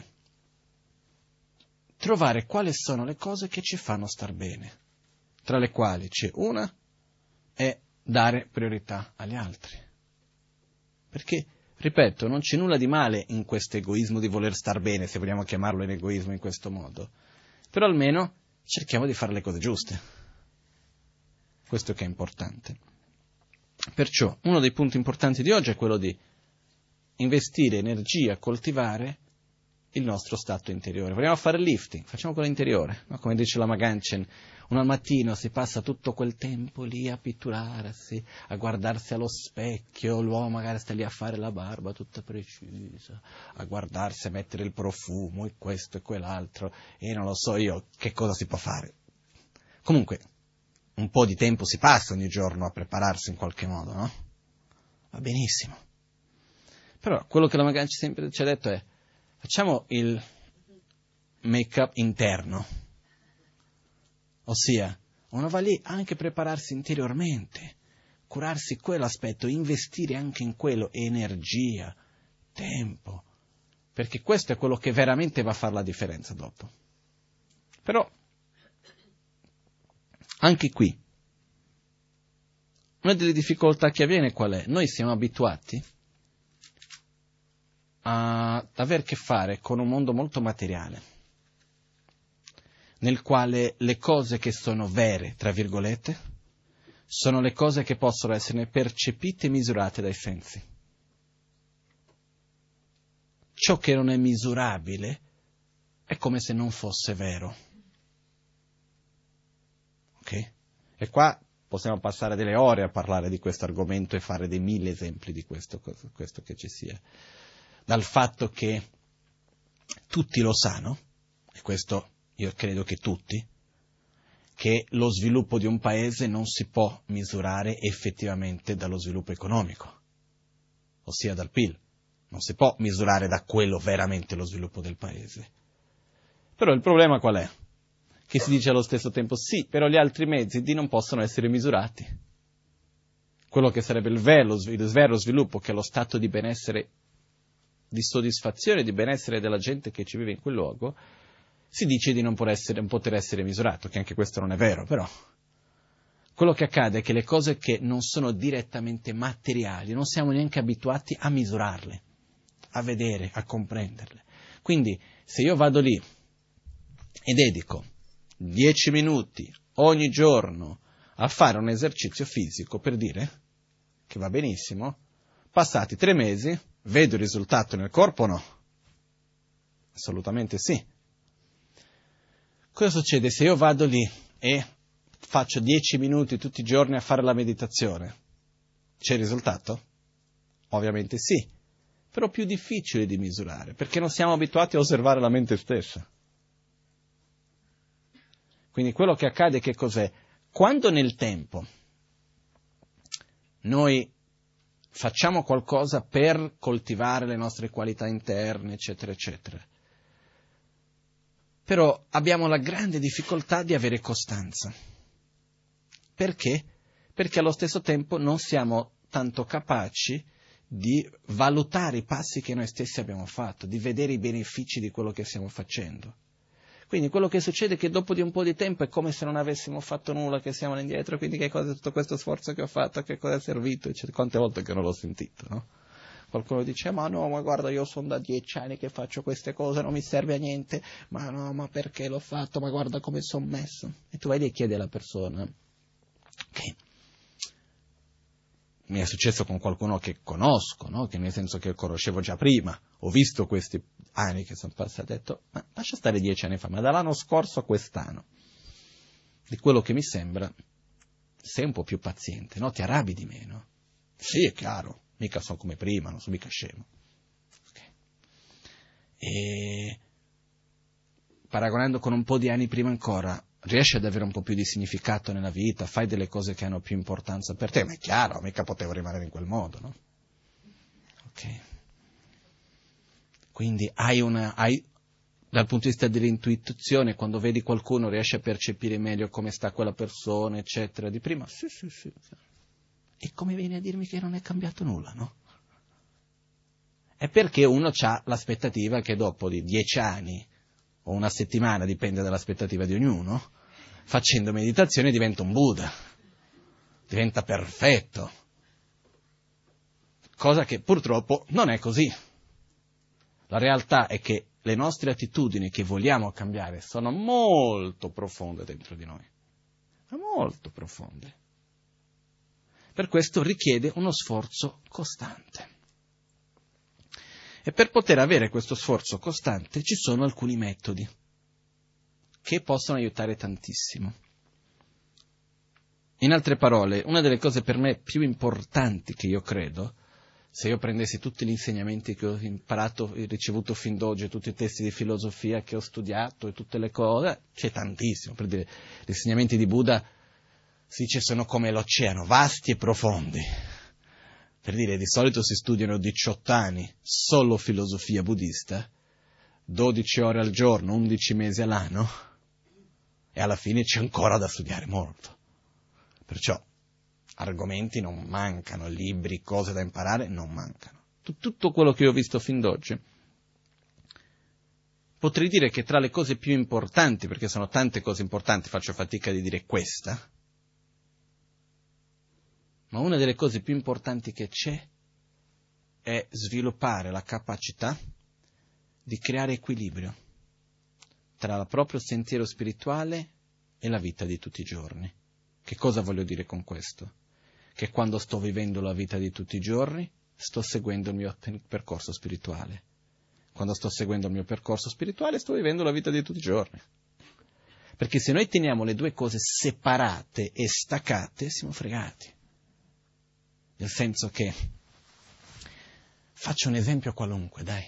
trovare quali sono le cose che ci fanno star bene, tra le quali c'è una è dare priorità agli altri. Perché, ripeto, non c'è nulla di male in questo egoismo di voler star bene, se vogliamo chiamarlo in egoismo in questo modo, però almeno cerchiamo di fare le cose giuste. Questo che è importante. Perciò uno dei punti importanti di oggi è quello di investire energia, coltivare il nostro stato interiore. Vogliamo fare il lifting? Facciamo quello interiore, no? Come dice la Maganchen, uno al mattino si passa tutto quel tempo lì a pitturarsi, a guardarsi allo specchio, l'uomo magari sta lì a fare la barba tutta precisa, a guardarsi, a mettere il profumo e questo e quell'altro, e non lo so io che cosa si può fare. Comunque, un po' di tempo si passa ogni giorno a prepararsi in qualche modo, no? Va benissimo. Però quello che la Maganchen sempre ci ha detto è: facciamo il make-up interno, ossia uno va lì anche a prepararsi interiormente, curarsi quell'aspetto, investire anche in quello energia, tempo, perché questo è quello che veramente va a fare la differenza dopo. Però anche qui una delle difficoltà che avviene qual è? Noi siamo abituati ad aver a che fare con un mondo molto materiale, nel quale le cose che sono vere, tra virgolette, sono le cose che possono essere percepite e misurate dai sensi. Ciò che non è misurabile è come se non fosse vero. Ok? E qua possiamo passare delle ore a parlare di questo argomento e fare dei 1000 esempi di questo che ci sia. Dal fatto che tutti lo sanno, e questo io credo che tutti, che lo sviluppo di un paese non si può misurare effettivamente dallo sviluppo economico, ossia dal PIL. Non si può misurare da quello veramente lo sviluppo del paese. Però il problema qual è? Che si dice allo stesso tempo sì, però gli altri mezzi non possono essere misurati. Quello che sarebbe il vero sviluppo, che è lo stato di benessere, di soddisfazione, di benessere della gente che ci vive in quel luogo, si dice di non poter essere misurato, che anche questo non è vero, però. quello che accade è che le cose che non sono direttamente materiali, non siamo neanche abituati a misurarle, a vedere, a comprenderle. Quindi, se io vado lì e dedico 10 minuti ogni giorno a fare un esercizio fisico, per dire, che va benissimo, passati 3 mesi, vedo il risultato nel corpo o no? Assolutamente sì. Cosa succede se io vado lì e faccio 10 minuti tutti i giorni a fare la meditazione? C'è il risultato? Ovviamente sì, però più difficile di misurare, perché non siamo abituati a osservare la mente stessa. Quindi quello che accade che cos'è? Quando nel tempo noi facciamo qualcosa per coltivare le nostre qualità interne, eccetera, eccetera, però abbiamo la grande difficoltà di avere costanza. Perché? Perché allo stesso tempo non siamo tanto capaci di valutare i passi che noi stessi abbiamo fatto, di vedere i benefici di quello che stiamo facendo. Quindi quello che succede è che dopo di un po' di tempo è come se non avessimo fatto nulla, che siamo indietro, quindi che cosa è tutto questo sforzo che ho fatto, che cosa è servito, eccetera. Quante volte che non l'ho sentito, no? Qualcuno dice, ma no, ma guarda, io sono da 10 anni che faccio queste cose, non mi serve a niente, ma no, ma perché l'ho fatto, ma guarda come sono messo. E tu vai lì e chiedi alla persona, ok, mi è successo con qualcuno che conosco, no? Che nel senso che conoscevo già prima, ho visto questi anni che sono passati, ho detto, ma lascia stare 10 anni fa, ma dall'anno scorso a quest'anno, di quello che mi sembra, sei un po' più paziente, no? Ti arrabbi di meno. Sì, è chiaro, mica sono come prima, non sono mica scemo. Okay. E paragonando con un po' di anni prima ancora, riesci ad avere un po' più di significato nella vita, fai delle cose che hanno più importanza per te, ma è chiaro, mica potevo rimanere in quel modo, no? Ok. Quindi hai dal punto di vista dell'intuizione, quando vedi qualcuno riesci a percepire meglio come sta quella persona, eccetera, di prima, sì. E come vieni a dirmi che non è cambiato nulla, no? È perché uno ha l'aspettativa che dopo di 10 anni o una settimana, dipende dall'aspettativa di ognuno, facendo meditazione diventa un Buddha, diventa perfetto, cosa che purtroppo non è così. La realtà è che le nostre attitudini che vogliamo cambiare sono molto profonde dentro di noi, molto profonde. Per questo richiede uno sforzo costante. E per poter avere questo sforzo costante ci sono alcuni metodi che possono aiutare tantissimo. In altre parole, una delle cose per me più importanti che io credo, se io prendessi tutti gli insegnamenti che ho imparato e ricevuto fin d'oggi, tutti i testi di filosofia che ho studiato e tutte le cose, c'è tantissimo. Per dire, gli insegnamenti di Buddha si dice sono come l'oceano, vasti e profondi. Per dire, di solito si studiano 18 anni solo filosofia buddista, 12 ore al giorno, 11 mesi all'anno, e alla fine c'è ancora da studiare molto. Perciò argomenti non mancano, libri, cose da imparare non mancano. Tutto quello che ho visto fin d'oggi, potrei dire che tra le cose più importanti, perché sono tante cose importanti, faccio fatica di dire questa, ma una delle cose più importanti che c'è è sviluppare la capacità di creare equilibrio tra il proprio sentiero spirituale e la vita di tutti i giorni. Che cosa voglio dire con questo? Che quando sto vivendo la vita di tutti i giorni, sto seguendo il mio percorso spirituale. Quando sto seguendo il mio percorso spirituale, sto vivendo la vita di tutti i giorni. Perché se noi teniamo le due cose separate e staccate, siamo fregati. Nel senso che, faccio un esempio qualunque, dai.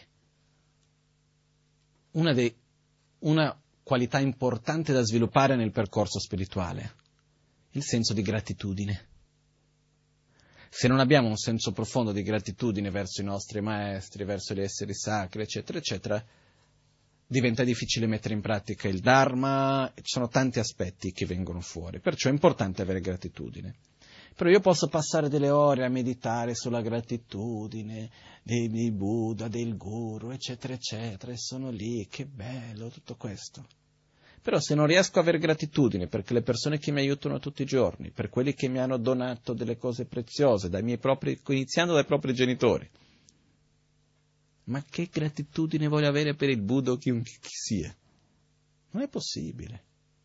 Una qualità importante da sviluppare nel percorso spirituale, il senso di gratitudine. Se non abbiamo un senso profondo di gratitudine verso i nostri maestri, verso gli esseri sacri, eccetera, eccetera, diventa difficile mettere in pratica il Dharma, ci sono tanti aspetti che vengono fuori, perciò è importante avere gratitudine. Però io posso passare delle ore a meditare sulla gratitudine dei Buddha, del Guru, eccetera, eccetera, e sono lì, che bello tutto questo. Però se non riesco a avere gratitudine per le persone che mi aiutano tutti i giorni, per quelli che mi hanno donato delle cose preziose, iniziando dai propri genitori, ma che gratitudine voglio avere per il Buddha o chi sia? Non è possibile.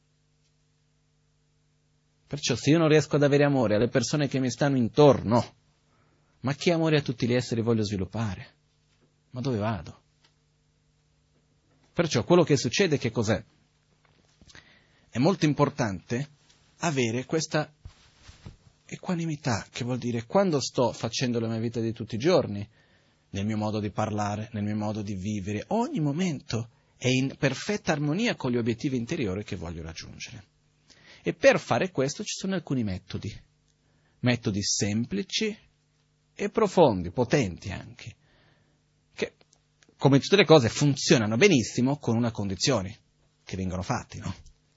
Perciò se io non riesco ad avere amore alle persone che mi stanno intorno, ma che amore a tutti gli esseri voglio sviluppare? Ma dove vado? Perciò quello che succede che cos'è? È molto importante avere questa equanimità, che vuol dire quando sto facendo la mia vita di tutti i giorni, nel mio modo di parlare, nel mio modo di vivere, ogni momento è in perfetta armonia con gli obiettivi interiori che voglio raggiungere. E per fare questo ci sono alcuni metodi semplici e profondi, potenti anche, che, come tutte le cose, funzionano benissimo con una condizione, che vengono fatti, no?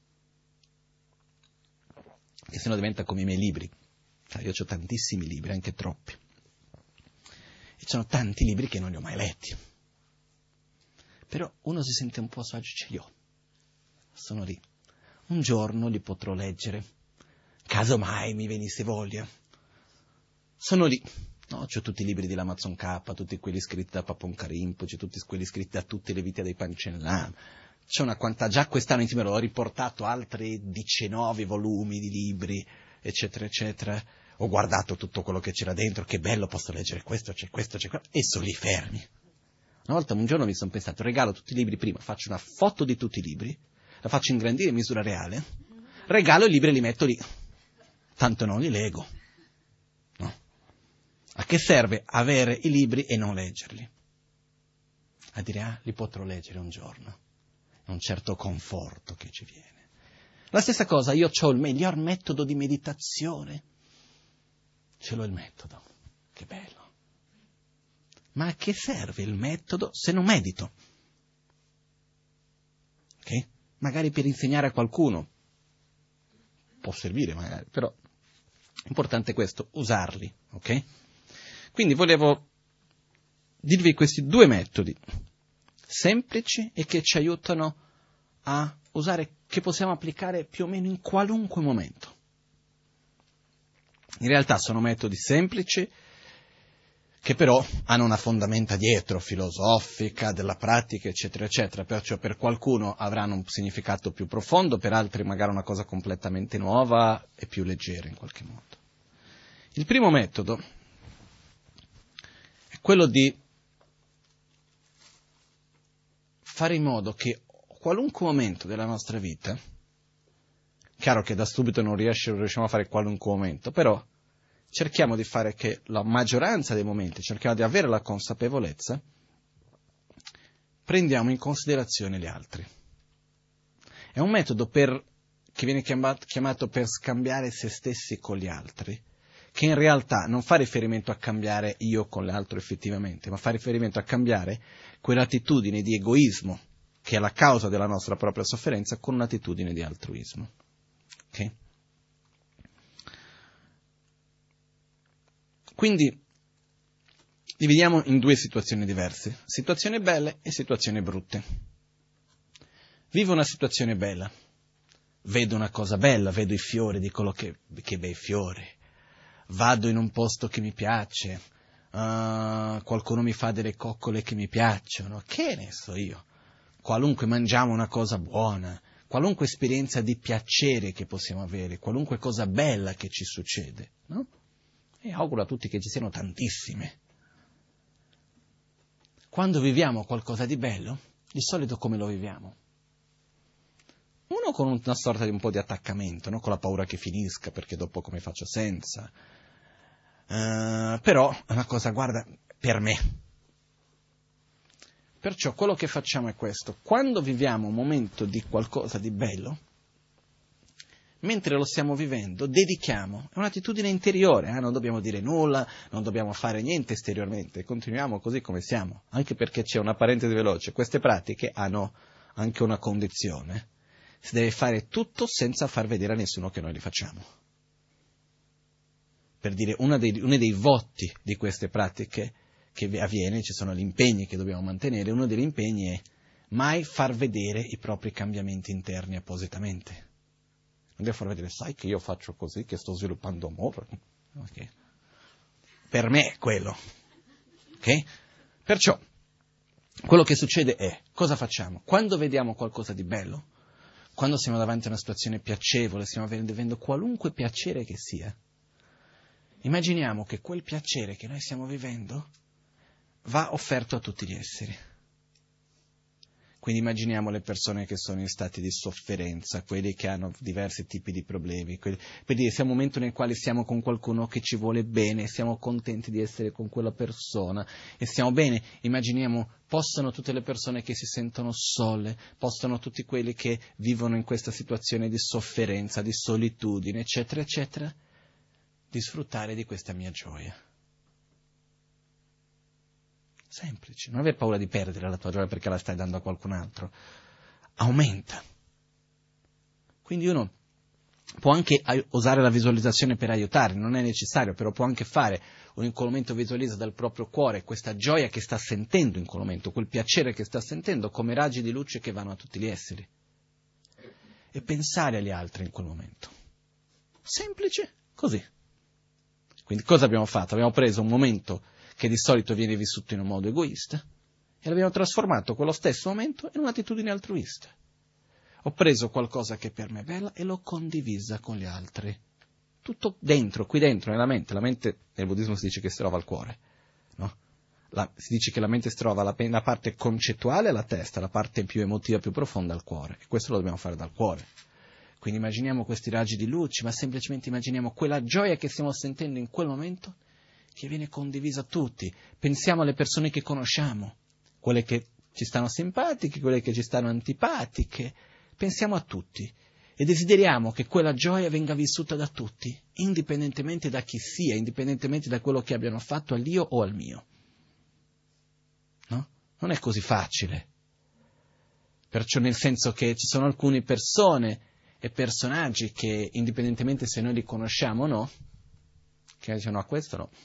Che se no diventa come i miei libri. Io ho tantissimi libri, anche troppi. E ci sono tanti libri che non li ho mai letti. Però uno si sente un po' a suo agio, ce li ho. Sono lì. Un giorno li potrò leggere, caso mai mi venisse voglia. Sono lì. No, c'ho tutti i libri dell'Amazon K, tutti quelli scritti da Papon Rinpoche, tutti quelli scritti da tutte le vite dei Panchen Lama. C'è una quantità, già quest'anno insieme ho riportato altri 19 volumi di libri, eccetera, eccetera. Ho guardato tutto quello che c'era dentro, che bello, posso leggere questo, c'è quello, e sono lì fermi. Una volta, un giorno mi sono pensato, regalo tutti i libri prima, faccio una foto di tutti i libri, la faccio ingrandire in misura reale, regalo i libri e li metto lì. Tanto non li leggo. No. A che serve avere i libri e non leggerli? A dire, li potrò leggere un giorno. Un certo conforto che ci viene. La stessa cosa, io ho il miglior metodo di meditazione. Ce l'ho il metodo. Che bello. Ma a che serve il metodo se non medito? Ok? Magari per insegnare a qualcuno. Può servire magari, però l'importante è questo, usarli. Ok? Quindi volevo dirvi questi due metodi semplici e che ci aiutano a usare, che possiamo applicare più o meno in qualunque momento. In realtà sono metodi semplici che però hanno una fondamenta dietro, filosofica, della pratica, eccetera, eccetera. Perciò per qualcuno avranno un significato più profondo, per altri magari una cosa completamente nuova e più leggera in qualche modo. Il primo metodo è quello di fare in modo che qualunque momento della nostra vita, chiaro che da subito non riusciamo a fare qualunque momento, però cerchiamo di fare che la maggioranza dei momenti, cerchiamo di avere la consapevolezza, prendiamo in considerazione gli altri. È un metodo che viene chiamato per scambiare se stessi con gli altri, che in realtà non fa riferimento a cambiare io con l'altro effettivamente, ma fa riferimento a cambiare quell'attitudine di egoismo che è la causa della nostra propria sofferenza con un'attitudine di altruismo. Ok? Quindi dividiamo in due situazioni diverse, situazioni belle e situazioni brutte. Vivo una situazione bella, vedo una cosa bella, vedo i fiori, dico che bei fiori. Vado in un posto che mi piace, qualcuno mi fa delle coccole che mi piacciono, che ne so io, qualunque mangiamo una cosa buona, qualunque esperienza di piacere che possiamo avere, qualunque cosa bella che ci succede, no? E auguro a tutti che ci siano tantissime. Quando viviamo qualcosa di bello, di solito come lo viviamo? Uno con una sorta di un po' di attaccamento, no? Con la paura che finisca, perché dopo come faccio senza. Però è una cosa, guarda, per me. Perciò quello che facciamo è questo. Quando viviamo un momento di qualcosa di bello, mentre lo stiamo vivendo, dedichiamo, è un'attitudine interiore, non dobbiamo dire nulla, non dobbiamo fare niente esteriormente, continuiamo così come siamo, anche perché c'è una parentesi veloce, queste pratiche hanno anche una condizione. Si deve fare tutto senza far vedere a nessuno che noi li facciamo. Per dire, uno dei voti di queste pratiche che avviene, ci sono gli impegni che dobbiamo mantenere, uno degli impegni è mai far vedere i propri cambiamenti interni appositamente. Non devo far vedere, sai che io faccio così, che sto sviluppando amore. Okay. Per me è quello. Ok? Perciò, quello che succede è, cosa facciamo? Quando vediamo qualcosa di bello, quando siamo davanti a una situazione piacevole, stiamo vivendo qualunque piacere che sia, immaginiamo che quel piacere che noi stiamo vivendo va offerto a tutti gli esseri. Quindi immaginiamo le persone che sono in stati di sofferenza, quelli che hanno diversi tipi di problemi, per dire, siamo un momento nel quale siamo con qualcuno che ci vuole bene, siamo contenti di essere con quella persona e stiamo bene. Immaginiamo, possano tutte le persone che si sentono sole, possano tutti quelli che vivono in questa situazione di sofferenza, di solitudine, eccetera, eccetera, di sfruttare di questa mia gioia. Semplice, non aver paura di perdere la tua gioia perché la stai dando a qualcun altro. Aumenta. Quindi uno può anche usare la visualizzazione per aiutare, non è necessario, però può anche fare in quel momento visualizza dal proprio cuore questa gioia che sta sentendo in quel momento, quel piacere che sta sentendo come raggi di luce che vanno a tutti gli esseri. E pensare agli altri in quel momento. Semplice, così. Quindi cosa abbiamo fatto? Abbiamo preso un momento che di solito viene vissuto in un modo egoista, e l'abbiamo trasformato quello stesso momento in un'attitudine altruista. Ho preso qualcosa che per me è bella e l'ho condivisa con gli altri. Tutto dentro, qui dentro, nella mente. La mente, nel buddismo si dice che si trova al cuore, no? Si dice che la mente si trova la parte concettuale alla testa, la parte più emotiva, più profonda al cuore. E questo lo dobbiamo fare dal cuore. Quindi immaginiamo questi raggi di luce, ma semplicemente immaginiamo quella gioia che stiamo sentendo in quel momento, che viene condivisa a tutti. Pensiamo alle persone che conosciamo, quelle che ci stanno simpatiche, quelle che ci stanno antipatiche, pensiamo a tutti e desideriamo che quella gioia venga vissuta da tutti, indipendentemente da chi sia, indipendentemente da quello che abbiano fatto all'io o al mio. No? Non è così facile. Perciò nel senso che ci sono alcune persone e personaggi che, indipendentemente se noi li conosciamo o no, che dicono no, questo no.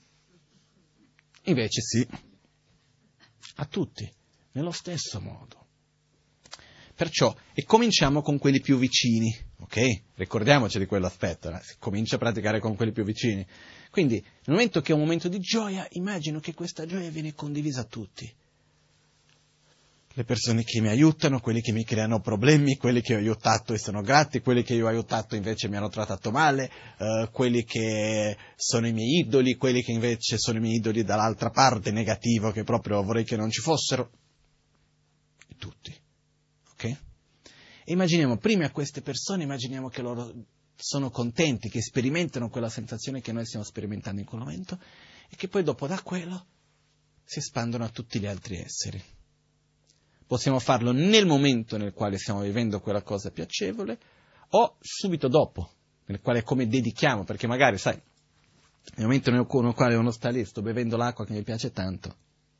Invece sì, a tutti, nello stesso modo. Perciò, e cominciamo con quelli più vicini, ok? Ricordiamoci di quell'aspetto, si comincia a praticare con quelli più vicini. Quindi, nel momento che è un momento di gioia, immagino che questa gioia viene condivisa a tutti. Le persone che mi aiutano, quelli che mi creano problemi, quelli che ho aiutato e sono grati, quelli che io ho aiutato invece mi hanno trattato male, quelli che sono i miei idoli, quelli che invece sono i miei idoli dall'altra parte, negativo, che proprio vorrei che non ci fossero. Tutti. Ok? E immaginiamo, prima a queste persone, immaginiamo che loro sono contenti, che sperimentano quella sensazione che noi stiamo sperimentando in quel momento e che poi dopo da quello si espandono a tutti gli altri esseri. Possiamo farlo nel momento nel quale stiamo vivendo quella cosa piacevole o subito dopo, nel quale come dedichiamo, perché magari, sai, nel momento nel quale uno sta lì, sto bevendo l'acqua che mi piace tanto,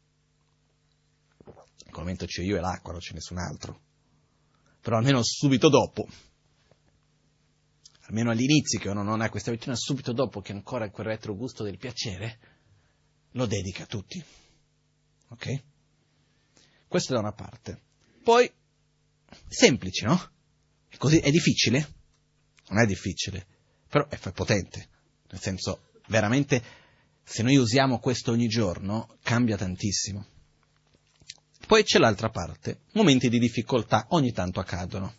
in quel momento c'è io e l'acqua, non c'è nessun altro, però almeno subito dopo, almeno all'inizio che uno non ha questa abitudine, subito dopo che ancora ha quel retrogusto del piacere, lo dedica a tutti, ok? Questo da una parte. Poi, semplice, no? E così è difficile? Non è difficile, però è potente. Nel senso, veramente, se noi usiamo questo ogni giorno, cambia tantissimo. Poi c'è l'altra parte. Momenti di difficoltà ogni tanto accadono.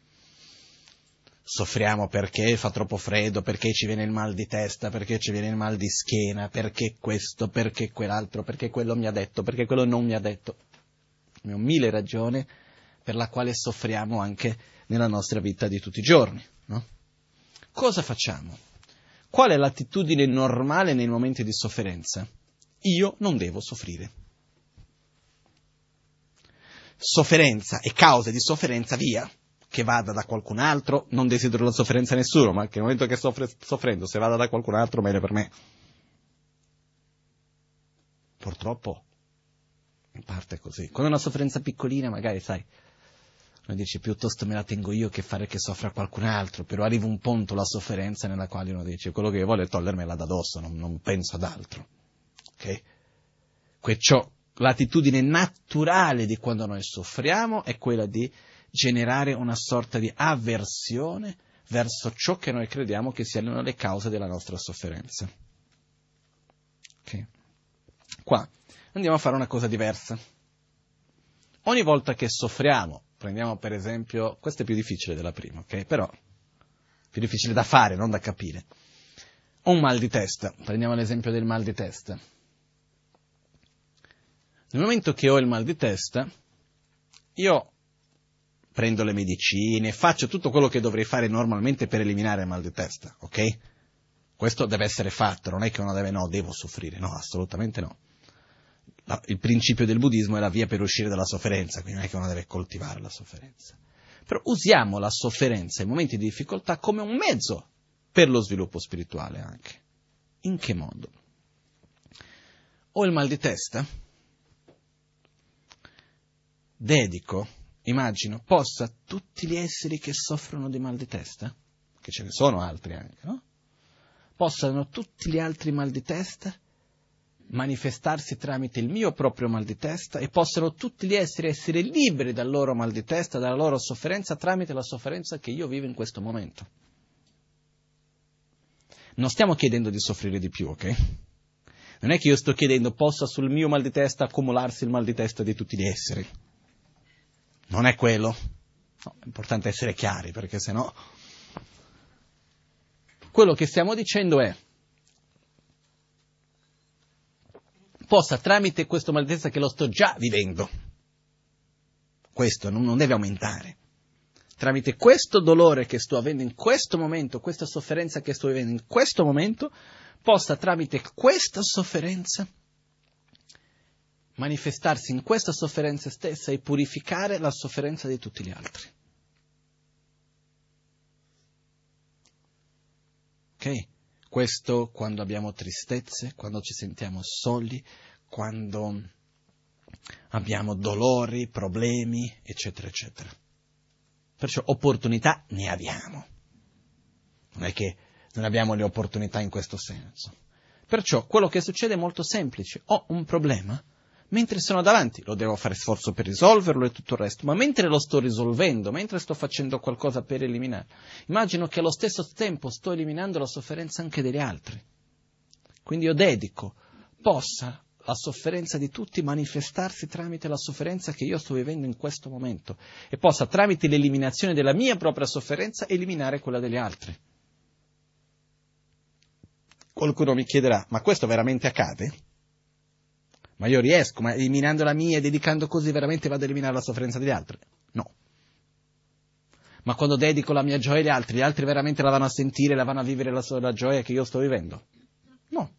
Soffriamo perché fa troppo freddo, perché ci viene il mal di testa, perché ci viene il mal di schiena, perché questo, perché quell'altro, perché quello mi ha detto, perché quello non mi ha detto. Abbiamo 1000 ragioni per la quale soffriamo anche nella nostra vita di tutti i giorni, no? Cosa facciamo? Qual è l'attitudine normale nei momenti di sofferenza? Io non devo soffrire. Sofferenza e cause di sofferenza via, che vada da qualcun altro, non desidero la sofferenza a nessuno, ma che nel momento che sto soffrendo, se vada da qualcun altro, meglio per me. Purtroppo in parte è così. Quando è una sofferenza piccolina, magari, sai, uno dice piuttosto me la tengo io che fare che soffra qualcun altro, però arriva un punto la sofferenza nella quale uno dice quello che io voglio è togliermela da dosso, non penso ad altro. Ok? Perciò l'attitudine naturale di quando noi soffriamo è quella di generare una sorta di avversione verso ciò che noi crediamo che siano le cause della nostra sofferenza. Okay. Qua andiamo a fare una cosa diversa. Ogni volta che soffriamo, prendiamo per esempio, questo è più difficile della prima, ok? Però più difficile da fare, non da capire. Ho un mal di testa, prendiamo l'esempio del mal di testa. Nel momento che ho il mal di testa, io prendo le medicine, faccio tutto quello che dovrei fare normalmente per eliminare il mal di testa, ok? Questo deve essere fatto, non è che uno deve, no, devo soffrire, no, assolutamente no. Il principio del buddismo è la via per uscire dalla sofferenza, quindi non è che uno deve coltivare la sofferenza. Però usiamo la sofferenza in momenti di difficoltà come un mezzo per lo sviluppo spirituale anche. In che modo? Ho il mal di testa? Dedico, immagino, possa tutti gli esseri che soffrono di mal di testa, che ce ne sono altri anche, no? Possano tutti gli altri mal di testa manifestarsi tramite il mio proprio mal di testa e possano tutti gli essere liberi dal loro mal di testa, dalla loro sofferenza, tramite la sofferenza che io vivo in questo momento. Non stiamo chiedendo di soffrire di più, ok? Non è che io sto chiedendo possa sul mio mal di testa accumularsi il mal di testa di tutti gli esseri. Non è quello. No, è importante essere chiari, perché sennò... Quello che stiamo dicendo è possa tramite questo mal di testa che lo sto già vivendo, questo non deve aumentare, tramite questo dolore che sto avendo in questo momento, questa sofferenza che sto vivendo in questo momento, possa tramite questa sofferenza manifestarsi in questa sofferenza stessa e purificare la sofferenza di tutti gli altri. Ok? Questo quando abbiamo tristezze, quando ci sentiamo soli, quando abbiamo dolori, problemi, eccetera, eccetera. Perciò opportunità ne abbiamo. Non è che non abbiamo le opportunità in questo senso. Perciò quello che succede è molto semplice. Ho un problema, mentre sono davanti, lo devo fare sforzo per risolverlo e tutto il resto, ma mentre lo sto risolvendo, mentre sto facendo qualcosa per eliminarlo, immagino che allo stesso tempo sto eliminando la sofferenza anche degli altri. Quindi io dedico, possa la sofferenza di tutti manifestarsi tramite la sofferenza che io sto vivendo in questo momento e possa tramite l'eliminazione della mia propria sofferenza eliminare quella degli altri. Qualcuno mi chiederà, ma questo veramente accade? Ma io riesco, ma eliminando la mia e dedicando così veramente vado ad eliminare la sofferenza degli altri? No. Ma quando dedico la mia gioia agli gli altri veramente la vanno a sentire, la vanno a vivere la gioia che io sto vivendo? No.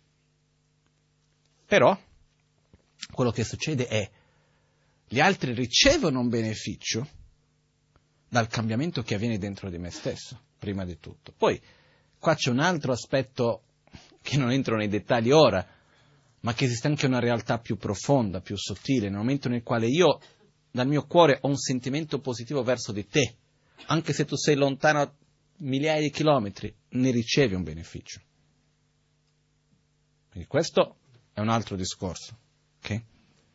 Però, quello che succede è, gli altri ricevono un beneficio dal cambiamento che avviene dentro di me stesso, prima di tutto. Poi, qua c'è un altro aspetto che non entro nei dettagli ora, ma che esiste anche una realtà più profonda, più sottile, nel momento nel quale io, dal mio cuore, ho un sentimento positivo verso di te, anche se tu sei lontano migliaia di chilometri, ne ricevi un beneficio. Quindi questo è un altro discorso, ok?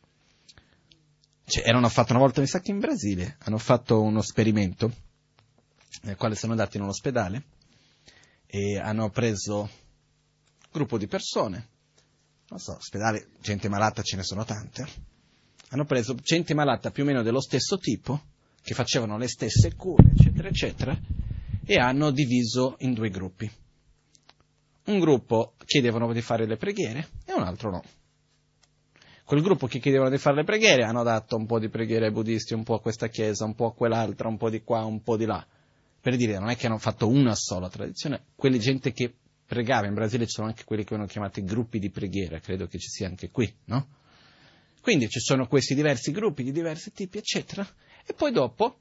Hanno fatto una volta, mi sa che in Brasile, hanno fatto uno esperimento, nel quale sono andati in un ospedale, e hanno preso un gruppo di persone, non so, ospedale, gente malata ce ne sono tante, hanno preso gente malata più o meno dello stesso tipo, che facevano le stesse cure, eccetera, eccetera, e hanno diviso in due gruppi. Un gruppo chiedevano di fare le preghiere e un altro no. Quel gruppo che chiedevano di fare le preghiere hanno dato un po' di preghiere ai buddisti, un po' a questa chiesa, un po' a quell'altra, un po' di qua, un po' di là. Per dire, non è che hanno fatto una sola tradizione, quelle gente che pregava, in Brasile ci sono anche quelli che vengono chiamati gruppi di preghiera, credo che ci sia anche qui, no? Quindi ci sono questi diversi gruppi di diversi tipi, eccetera, e poi dopo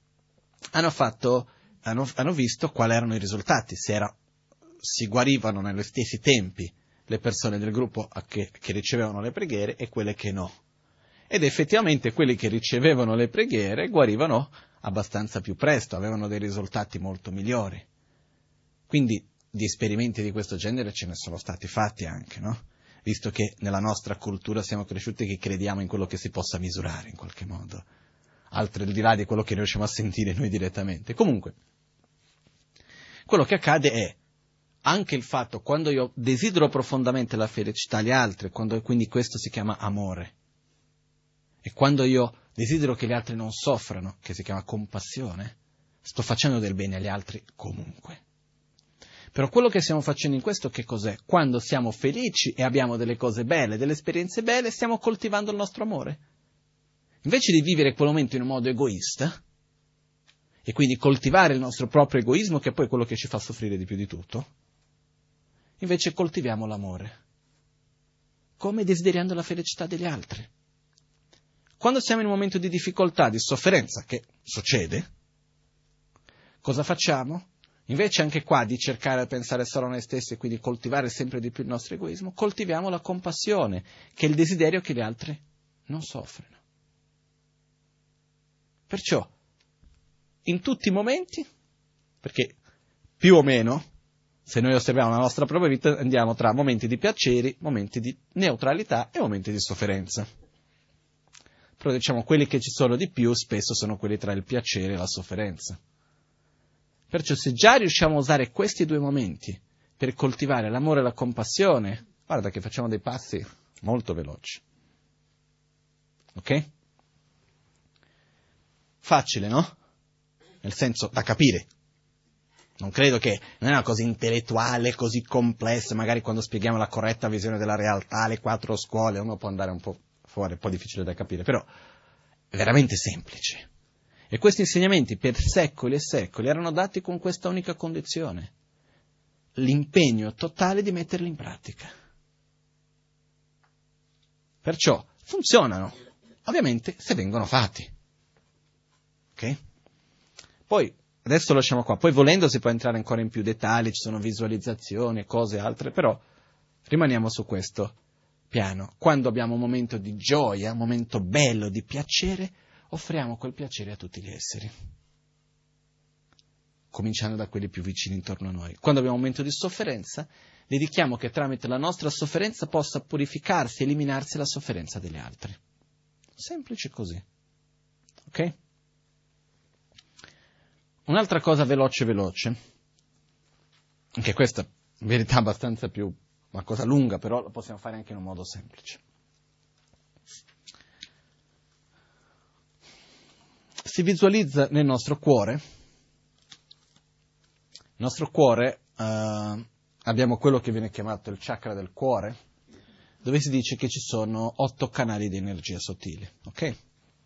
hanno visto quali erano i risultati, si guarivano negli stessi tempi le persone del gruppo che ricevevano le preghiere e quelle che no. Ed effettivamente quelli che ricevevano le preghiere guarivano abbastanza più presto, avevano dei risultati molto migliori. Quindi di esperimenti di questo genere ce ne sono stati fatti anche, no? visto che nella nostra cultura siamo cresciuti che crediamo in quello che si possa misurare in qualche modo, altro al di là di quello che riusciamo a sentire noi direttamente. Comunque, quello che accade è anche il fatto, quando io desidero profondamente la felicità agli altri, quindi questo si chiama amore, e quando io desidero che gli altri non soffrano, che si chiama compassione, sto facendo del bene agli altri comunque. Però quello che stiamo facendo in questo che cos'è? Quando siamo felici e abbiamo delle cose belle, delle esperienze belle, stiamo coltivando il nostro amore. Invece di vivere quel momento in un modo egoista, e quindi coltivare il nostro proprio egoismo, che è poi quello che ci fa soffrire di più di tutto, invece coltiviamo l'amore, come desiderando la felicità degli altri. Quando siamo in un momento di difficoltà, di sofferenza, che succede, cosa facciamo? Invece anche qua di cercare di pensare solo a noi stessi e quindi coltivare sempre di più il nostro egoismo, coltiviamo la compassione, che è il desiderio che gli altri non soffrino. Perciò, in tutti i momenti, perché più o meno, se noi osserviamo la nostra propria vita, andiamo tra momenti di piaceri, momenti di neutralità e momenti di sofferenza. Però diciamo, quelli che ci sono di più spesso sono quelli tra il piacere e la sofferenza. Perciò se già riusciamo a usare questi due momenti per coltivare l'amore e la compassione, guarda che facciamo dei passi molto veloci. Ok? Facile, no? Nel senso, da capire. Non credo che non è una cosa intellettuale, così complessa, magari quando spieghiamo la corretta visione della realtà, le 4 scuole, uno può andare un po' fuori, un po' difficile da capire, però è veramente semplice. E questi insegnamenti per secoli e secoli erano dati con questa unica condizione: l'impegno totale di metterli in pratica. Perciò funzionano, ovviamente, se vengono fatti. Ok? Poi, adesso lo lasciamo qua, poi volendo si può entrare ancora in più dettagli, ci sono visualizzazioni e cose altre, però rimaniamo su questo piano. Quando abbiamo un momento di gioia, un momento bello, di piacere, offriamo quel piacere a tutti gli esseri, cominciando da quelli più vicini intorno a noi. Quando abbiamo un momento di sofferenza, dedichiamo che tramite la nostra sofferenza possa purificarsi, eliminarsi la sofferenza degli altri. Semplice così. Ok? Un'altra cosa veloce, anche questa in verità abbastanza più, una cosa lunga, però la possiamo fare anche in un modo semplice. Si visualizza nel nostro cuore. Il nostro cuore, abbiamo quello che viene chiamato il chakra del cuore, dove si dice che ci sono 8 canali di energia sottili, ok?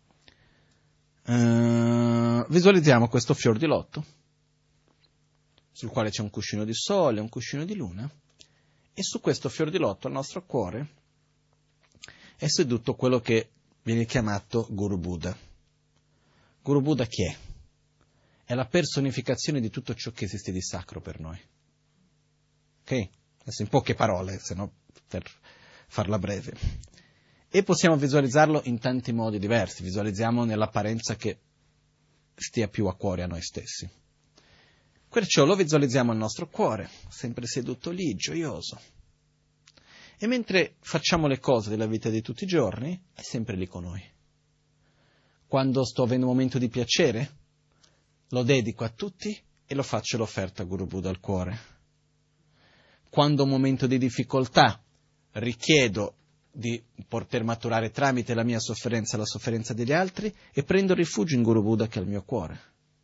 Visualizziamo questo fior di lotto, sul quale c'è un cuscino di sole, un cuscino di luna, e su questo fior di lotto, al nostro cuore, è seduto quello che viene chiamato Guru Buddha. Guru Buddha chi è? È la personificazione di tutto ciò che esiste di sacro per noi. Ok? Adesso in poche parole, se no per farla breve. E possiamo visualizzarlo in tanti modi diversi. Visualizziamo nell'apparenza che stia più a cuore a noi stessi. Perciò lo visualizziamo al nostro cuore, sempre seduto lì, gioioso. E mentre facciamo le cose della vita di tutti i giorni, è sempre lì con noi. Quando sto avendo un momento di piacere, lo dedico a tutti e lo faccio l'offerta a Guru Buddha al cuore. Quando ho un momento di difficoltà, richiedo di poter maturare tramite la mia sofferenza la sofferenza degli altri e prendo rifugio in Guru Buddha che è il mio cuore.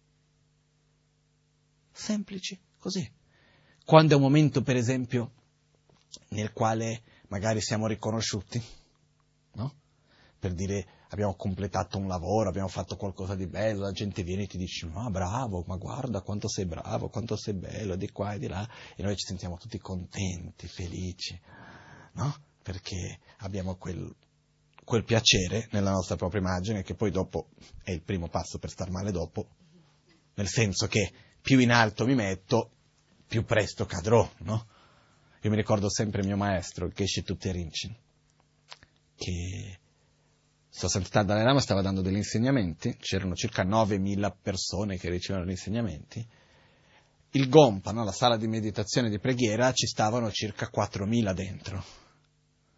Semplici, così. Quando è un momento, per esempio, nel quale magari siamo riconosciuti, no? Per dire, abbiamo completato un lavoro, abbiamo fatto qualcosa di bello, la gente viene e ti dice, ma bravo, ma guarda quanto sei bravo, quanto sei bello, di qua e di là, e noi ci sentiamo tutti contenti, felici, no? Perché abbiamo quel piacere nella nostra propria immagine, che poi dopo è il primo passo per star male dopo, nel senso che più in alto mi metto, più presto cadrò, no? Io mi ricordo sempre il mio maestro, il Geshe Thupten Rinchen, che Santità Dalai Lama stava dando degli insegnamenti, c'erano circa 9.000 persone che ricevevano gli insegnamenti, il Gompa, no, la sala di meditazione e di preghiera, ci stavano circa 4.000 dentro.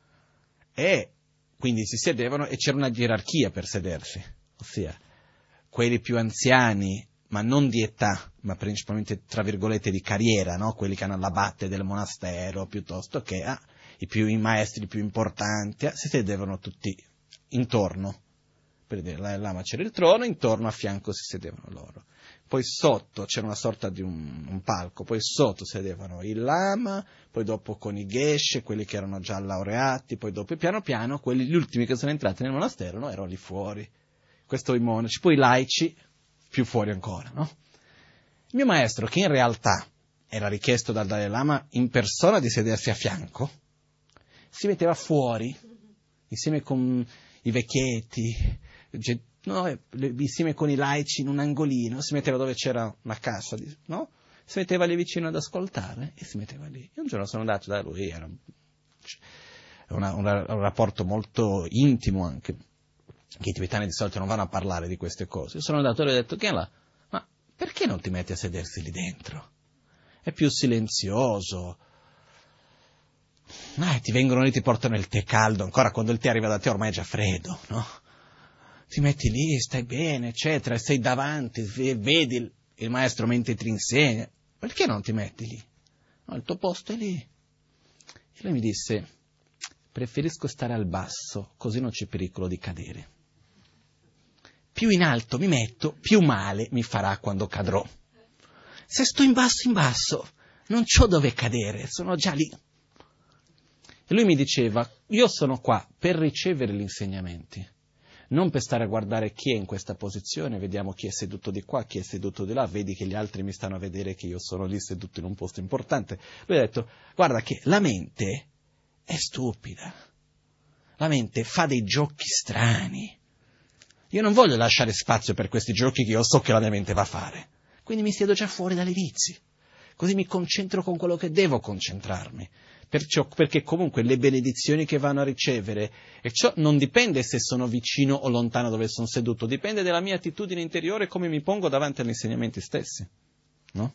e quindi si sedevano e c'era una gerarchia per sedersi, ossia quelli più anziani, ma non di età, ma principalmente, tra virgolette, di carriera, no? Quelli che hanno l'abate del monastero, piuttosto che i maestri più importanti, si sedevano tutti intorno. Per dire, là c'era il trono, intorno a fianco si sedevano loro. Poi sotto c'era una sorta di un palco, poi sotto sedevano il lama, poi dopo con i geshe, quelli che erano già laureati, poi dopo piano piano gli ultimi che sono entrati nel monastero, no, erano lì fuori. Questo i monaci, poi i laici più fuori ancora, no? Il mio maestro, che in realtà era richiesto dal Dalai Lama in persona di sedersi a fianco, si metteva fuori, insieme con i vecchietti, insieme con i laici in un angolino, si metteva dove c'era una cassa, no? Si metteva lì vicino ad ascoltare e si metteva lì. E un giorno sono andato da lui, era un rapporto molto intimo anche, che i tibetani di solito non vanno a parlare di queste cose. Io sono andato e ho detto, che là, ma perché non ti metti a sedersi lì dentro? È più silenzioso. Ti vengono lì, ti portano il tè caldo, ancora quando il tè arriva da te ormai è già freddo, no? Ti metti lì, stai bene, eccetera, e sei davanti, vedi il maestro mentre ti insegna. Perché non ti metti lì? No, il tuo posto è lì. E lui mi disse, preferisco stare al basso, così non c'è pericolo di cadere. Più in alto mi metto, più male mi farà quando cadrò. Se sto in basso, non c'ho dove cadere, sono già lì. E lui mi diceva, io sono qua per ricevere gli insegnamenti, non per stare a guardare chi è in questa posizione, vediamo chi è seduto di qua, chi è seduto di là, vedi che gli altri mi stanno a vedere che io sono lì seduto in un posto importante. Lui ha detto, guarda che la mente è stupida, la mente fa dei giochi strani. Io non voglio lasciare spazio per questi giochi che io so che la mia mente va a fare. Quindi mi siedo già fuori dall'inizio. Così mi concentro con quello che devo concentrarmi. Perché comunque le benedizioni che vanno a ricevere, e ciò non dipende se sono vicino o lontano dove sono seduto, dipende dalla mia attitudine interiore e come mi pongo davanti agli insegnamenti stessi. No?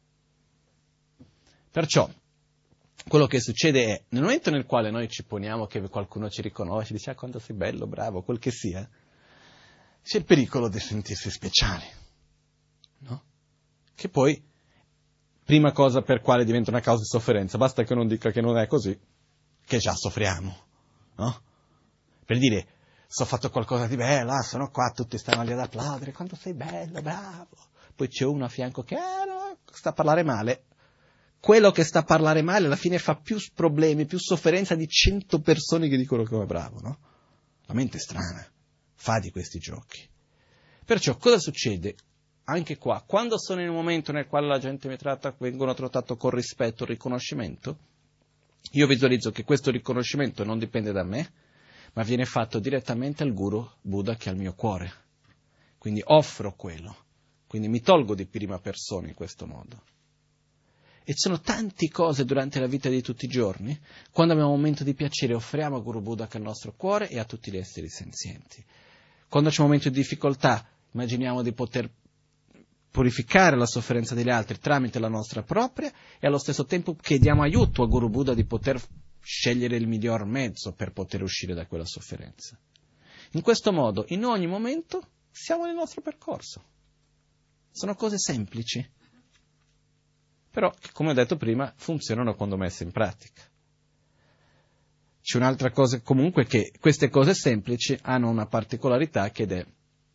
Perciò, quello che succede è, nel momento nel quale noi ci poniamo che qualcuno ci riconosce, dice quanto sei bello, bravo, quel che sia, c'è il pericolo di sentirsi speciali, no? Che poi, prima cosa per quale diventa una causa di sofferenza, basta che non dica che non è così, che già soffriamo, no? Per dire, ho fatto qualcosa di bello, sono qua, tutti stanno lì ad applaudire, quanto sei bello, bravo. Poi c'è uno a fianco che no, sta a parlare male. Quello che sta a parlare male alla fine fa più problemi, più sofferenza di 100 persone che dicono che è bravo, no? La mente è strana. Fa di questi giochi. Perciò cosa succede? Anche qua, quando sono in un momento nel quale la gente mi tratta, vengono trattato con rispetto, riconoscimento, io visualizzo che questo riconoscimento non dipende da me, ma viene fatto direttamente al Guru Buddha che è al mio cuore. Quindi offro quello, quindi mi tolgo di prima persona in questo modo. E ci sono tante cose durante la vita di tutti i giorni, quando abbiamo un momento di piacere offriamo a Guru Buddha che è il nostro cuore e a tutti gli esseri senzienti. Quando c'è un momento di difficoltà, immaginiamo di poter purificare la sofferenza degli altri tramite la nostra propria e allo stesso tempo chiediamo aiuto a Guru Buddha di poter scegliere il miglior mezzo per poter uscire da quella sofferenza. In questo modo, in ogni momento, siamo nel nostro percorso. Sono cose semplici, però che, come ho detto prima, funzionano quando messe in pratica. C'è un'altra cosa comunque che queste cose semplici hanno una particolarità che è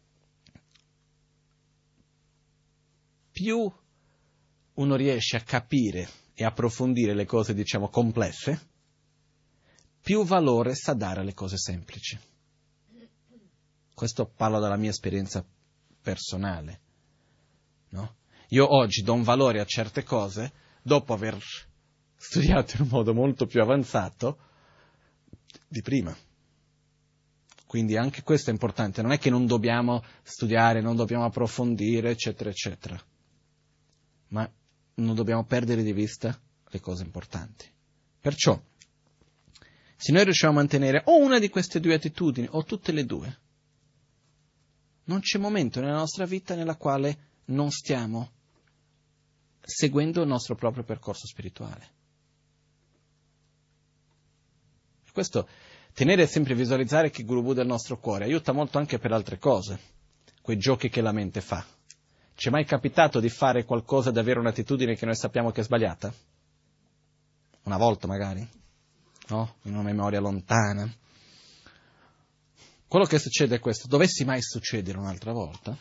più uno riesce a capire e approfondire le cose, diciamo, complesse, più valore sa dare alle cose semplici. Questo parlo dalla mia esperienza personale, no? Io oggi do un valore a certe cose dopo aver studiato in un modo molto più avanzato di prima. Quindi anche questo è importante, non è che non dobbiamo studiare, non dobbiamo approfondire, eccetera, eccetera, ma non dobbiamo perdere di vista le cose importanti. Perciò, se noi riusciamo a mantenere o una di queste due attitudini o tutte le due, non c'è momento nella nostra vita nella quale non stiamo seguendo il nostro proprio percorso spirituale. Questo tenere sempre a visualizzare che Guru Buddha è il nostro cuore aiuta molto anche per altre cose, quei giochi che la mente fa. Ci è mai capitato di fare qualcosa, di avere un'attitudine che noi sappiamo che è sbagliata? Una volta magari? No? In una memoria lontana. Quello che succede è questo. Dovessi mai succedere un'altra volta,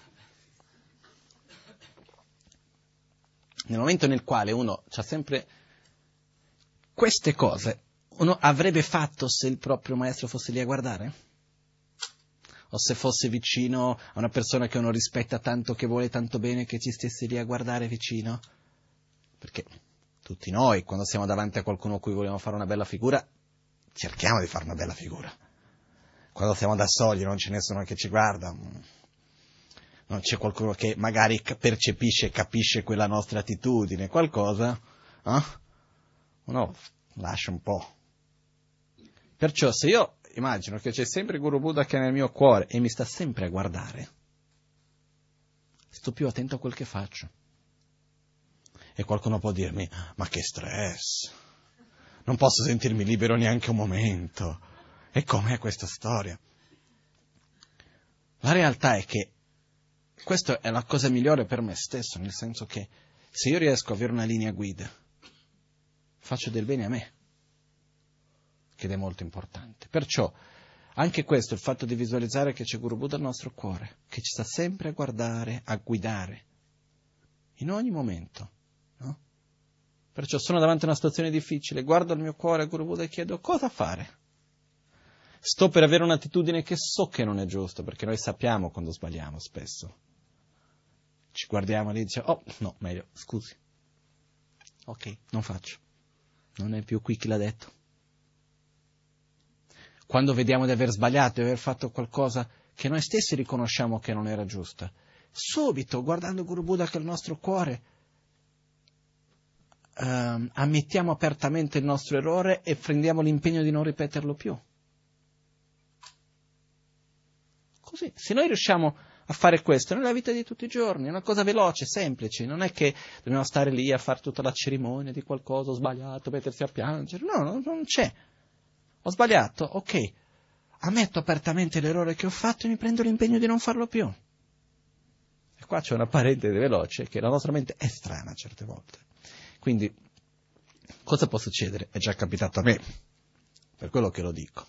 nel momento nel quale uno ha sempre queste cose, uno avrebbe fatto se il proprio maestro fosse lì a guardare? O se fosse vicino a una persona che uno rispetta tanto, che vuole tanto bene, che ci stesse lì a guardare vicino? Perché tutti noi, quando siamo davanti a qualcuno a cui vogliamo fare una bella figura, cerchiamo di fare una bella figura. Quando siamo da soli, non c'è nessuno che ci guarda, non c'è qualcuno che magari percepisce e capisce quella nostra attitudine, qualcosa, uno lascia un po'. Perciò se io immagino che c'è sempre il Guru Buddha che è nel mio cuore e mi sta sempre a guardare, sto più attento a quel che faccio. E qualcuno può dirmi, ma che stress, non posso sentirmi libero neanche un momento. E com'è questa storia? La realtà è che questa è la cosa migliore per me stesso, nel senso che se io riesco ad avere una linea guida, faccio del bene a me, ed è molto importante. Perciò anche questo, il fatto di visualizzare che c'è Guru Buddha nel nostro cuore, che ci sta sempre a guardare, a guidare, in ogni momento, no? Perciò sono davanti a una situazione difficile, guardo il mio cuore a Guru Buddha e chiedo cosa fare. Sto per avere un'attitudine che so che non è giusta, perché noi sappiamo quando sbagliamo spesso. Ci guardiamo lì e diciamo, oh no, meglio, scusi. Ok, non faccio. Non è più qui chi l'ha detto. Quando vediamo di aver sbagliato, di aver fatto qualcosa che noi stessi riconosciamo che non era giusta, subito, guardando Guru Buddha che è il nostro cuore, ammettiamo apertamente il nostro errore e prendiamo l'impegno di non ripeterlo più. Così, se noi riusciamo a fare questo nella vita di tutti i giorni, è una cosa veloce, semplice, non è che dobbiamo stare lì a fare tutta la cerimonia di qualcosa, ho sbagliato, mettersi a piangere, no, non c'è. Ho sbagliato, ok, ammetto apertamente l'errore che ho fatto e mi prendo l'impegno di non farlo più. E qua c'è una parentesi veloce, che la nostra mente è strana certe volte. Quindi, cosa può succedere? È già capitato a me, per quello che lo dico.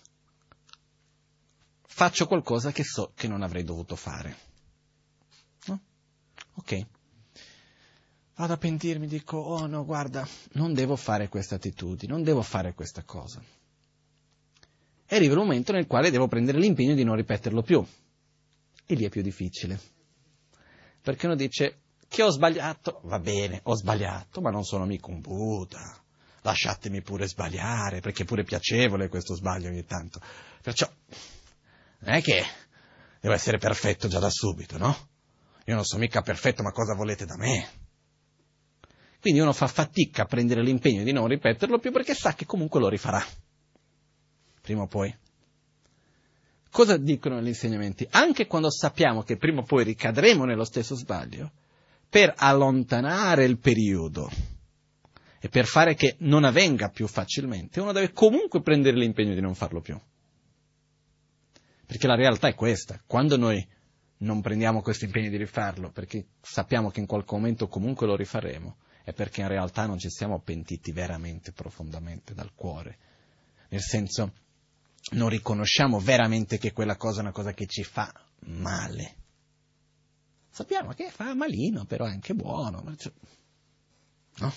Faccio qualcosa che so che non avrei dovuto fare. No? Ok. Vado a pentirmi, dico, oh no, guarda, non devo fare questa attitudine, non devo fare questa cosa. E arriva il momento nel quale devo prendere l'impegno di non ripeterlo più. E lì è più difficile. Perché uno dice, che ho sbagliato, va bene, ho sbagliato, ma non sono mica un Buddha. Lasciatemi pure sbagliare, perché è pure piacevole questo sbaglio ogni tanto. Perciò, non è che devo essere perfetto già da subito, no? Io non sono mica perfetto, ma cosa volete da me? Quindi uno fa fatica a prendere l'impegno di non ripeterlo più perché sa che comunque lo rifarà. Prima o poi. Cosa dicono gli insegnamenti? Anche quando sappiamo che prima o poi ricadremo nello stesso sbaglio, per allontanare il periodo e per fare che non avvenga più facilmente, uno deve comunque prendere l'impegno di non farlo più. Perché la realtà è questa, quando noi non prendiamo questo impegno di rifarlo, perché sappiamo che in qualche momento comunque lo rifaremo, è perché in realtà non ci siamo pentiti veramente profondamente dal cuore. Nel senso, non riconosciamo veramente che quella cosa è una cosa che ci fa male. Sappiamo che fa malino, però è anche buono. No?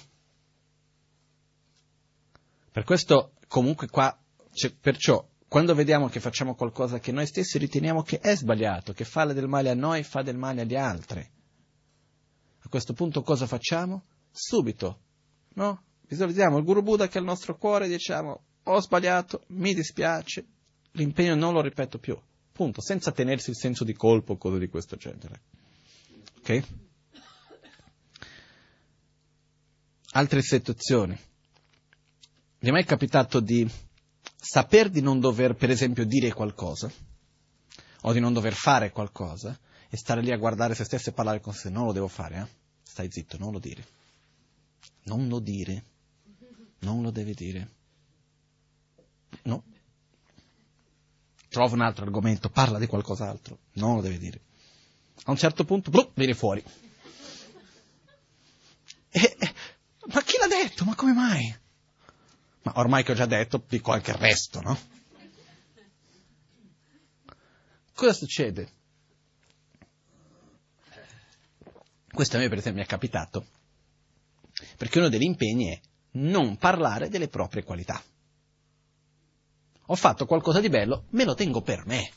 Per questo, comunque qua, perciò, quando vediamo che facciamo qualcosa che noi stessi riteniamo che è sbagliato, che fa del male a noi, fa del male agli altri, a questo punto cosa facciamo? Subito, no? Visualizziamo il Guru Buddha che è il nostro cuore e diciamo, ho sbagliato, mi dispiace, l'impegno non lo ripeto più, punto, senza tenersi il senso di colpa o cose di questo genere. Ok? Altre situazioni. Vi è mai capitato di saper di non dover, per esempio, dire qualcosa, o di non dover fare qualcosa, e stare lì a guardare se stesso e parlare con sé, non lo devo fare, eh? Stai zitto, non lo dire. Non lo dire. Non lo devi dire. No. trova un altro argomento, parla di qualcos'altro, non lo deve dire. A un certo punto, viene fuori. Ma chi l'ha detto? Ma come mai? Ma ormai che ho già detto, dico anche il resto, no? Cosa succede? Questo a me per esempio mi è capitato, perché uno degli impegni è non parlare delle proprie qualità. Ho fatto qualcosa di bello, me lo tengo per me.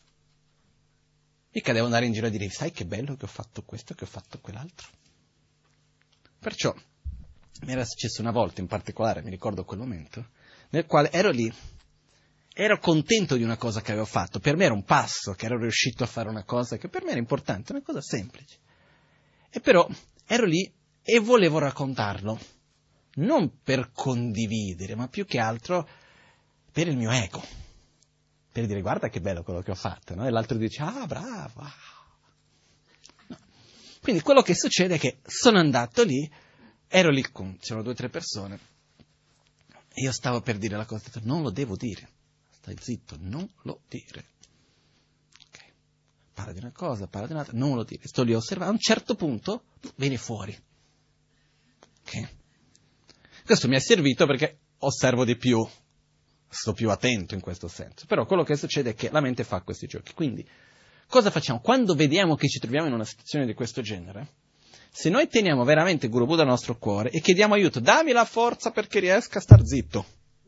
Mica devo andare in giro a dire, sai che bello che ho fatto questo, che ho fatto quell'altro. Perciò mi era successo una volta in particolare, mi ricordo quel momento, nel quale ero lì, ero contento di una cosa che avevo fatto, per me era un passo, che ero riuscito a fare una cosa che per me era importante, una cosa semplice. E però ero lì e volevo raccontarlo, non per condividere, ma più che altro per il mio ego, per dire guarda che bello quello che ho fatto, no? E l'altro dice bravo. No. Quindi quello che succede è che sono andato lì, ero lì c'erano 2 o 3 persone, e io stavo per dire la cosa, ho detto, non lo devo dire, stai zitto, non lo dire. Okay. Parla di una cosa, parla di un'altra, non lo dire, sto lì a osservare, a un certo punto viene fuori. Okay. Questo mi è servito perché osservo di più, sto più attento in questo senso. Però quello che succede è che la mente fa questi giochi. Quindi, cosa facciamo? Quando vediamo che ci troviamo in una situazione di questo genere, se noi teniamo veramente Guru Buddha al nostro cuore e chiediamo aiuto, dammi la forza perché riesca a star zitto.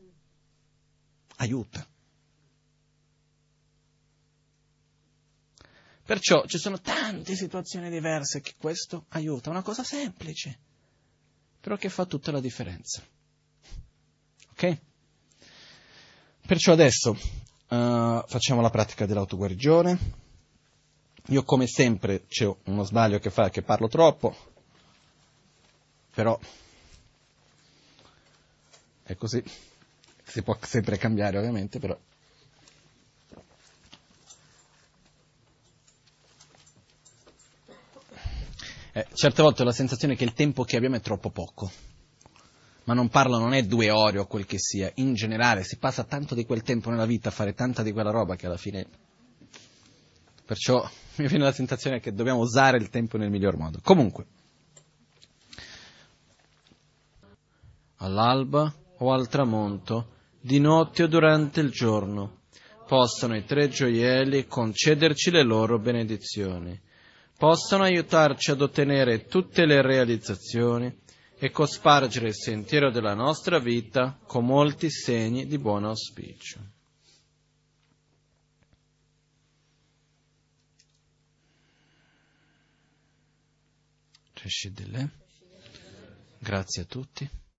Aiuta. Perciò ci sono tante situazioni diverse che questo aiuta. Una cosa semplice, però che fa tutta la differenza. Ok? Perciò adesso facciamo la pratica dell'autoguarigione. Io come sempre c'è uno sbaglio che fa che parlo troppo, però è così, si può sempre cambiare ovviamente, però. Certe volte ho la sensazione che il tempo che abbiamo è troppo poco, ma non parlo, non è 2 ore o quel che sia, in generale si passa tanto di quel tempo nella vita a fare tanta di quella roba che alla fine, perciò mi viene la sensazione che dobbiamo usare il tempo nel miglior modo. Comunque, all'alba o al tramonto, di notte o durante il giorno, possano i 3 gioielli concederci le loro benedizioni, possano aiutarci ad ottenere tutte le realizzazioni e cospargere il sentiero della nostra vita con molti segni di buon auspicio. Grazie a tutti.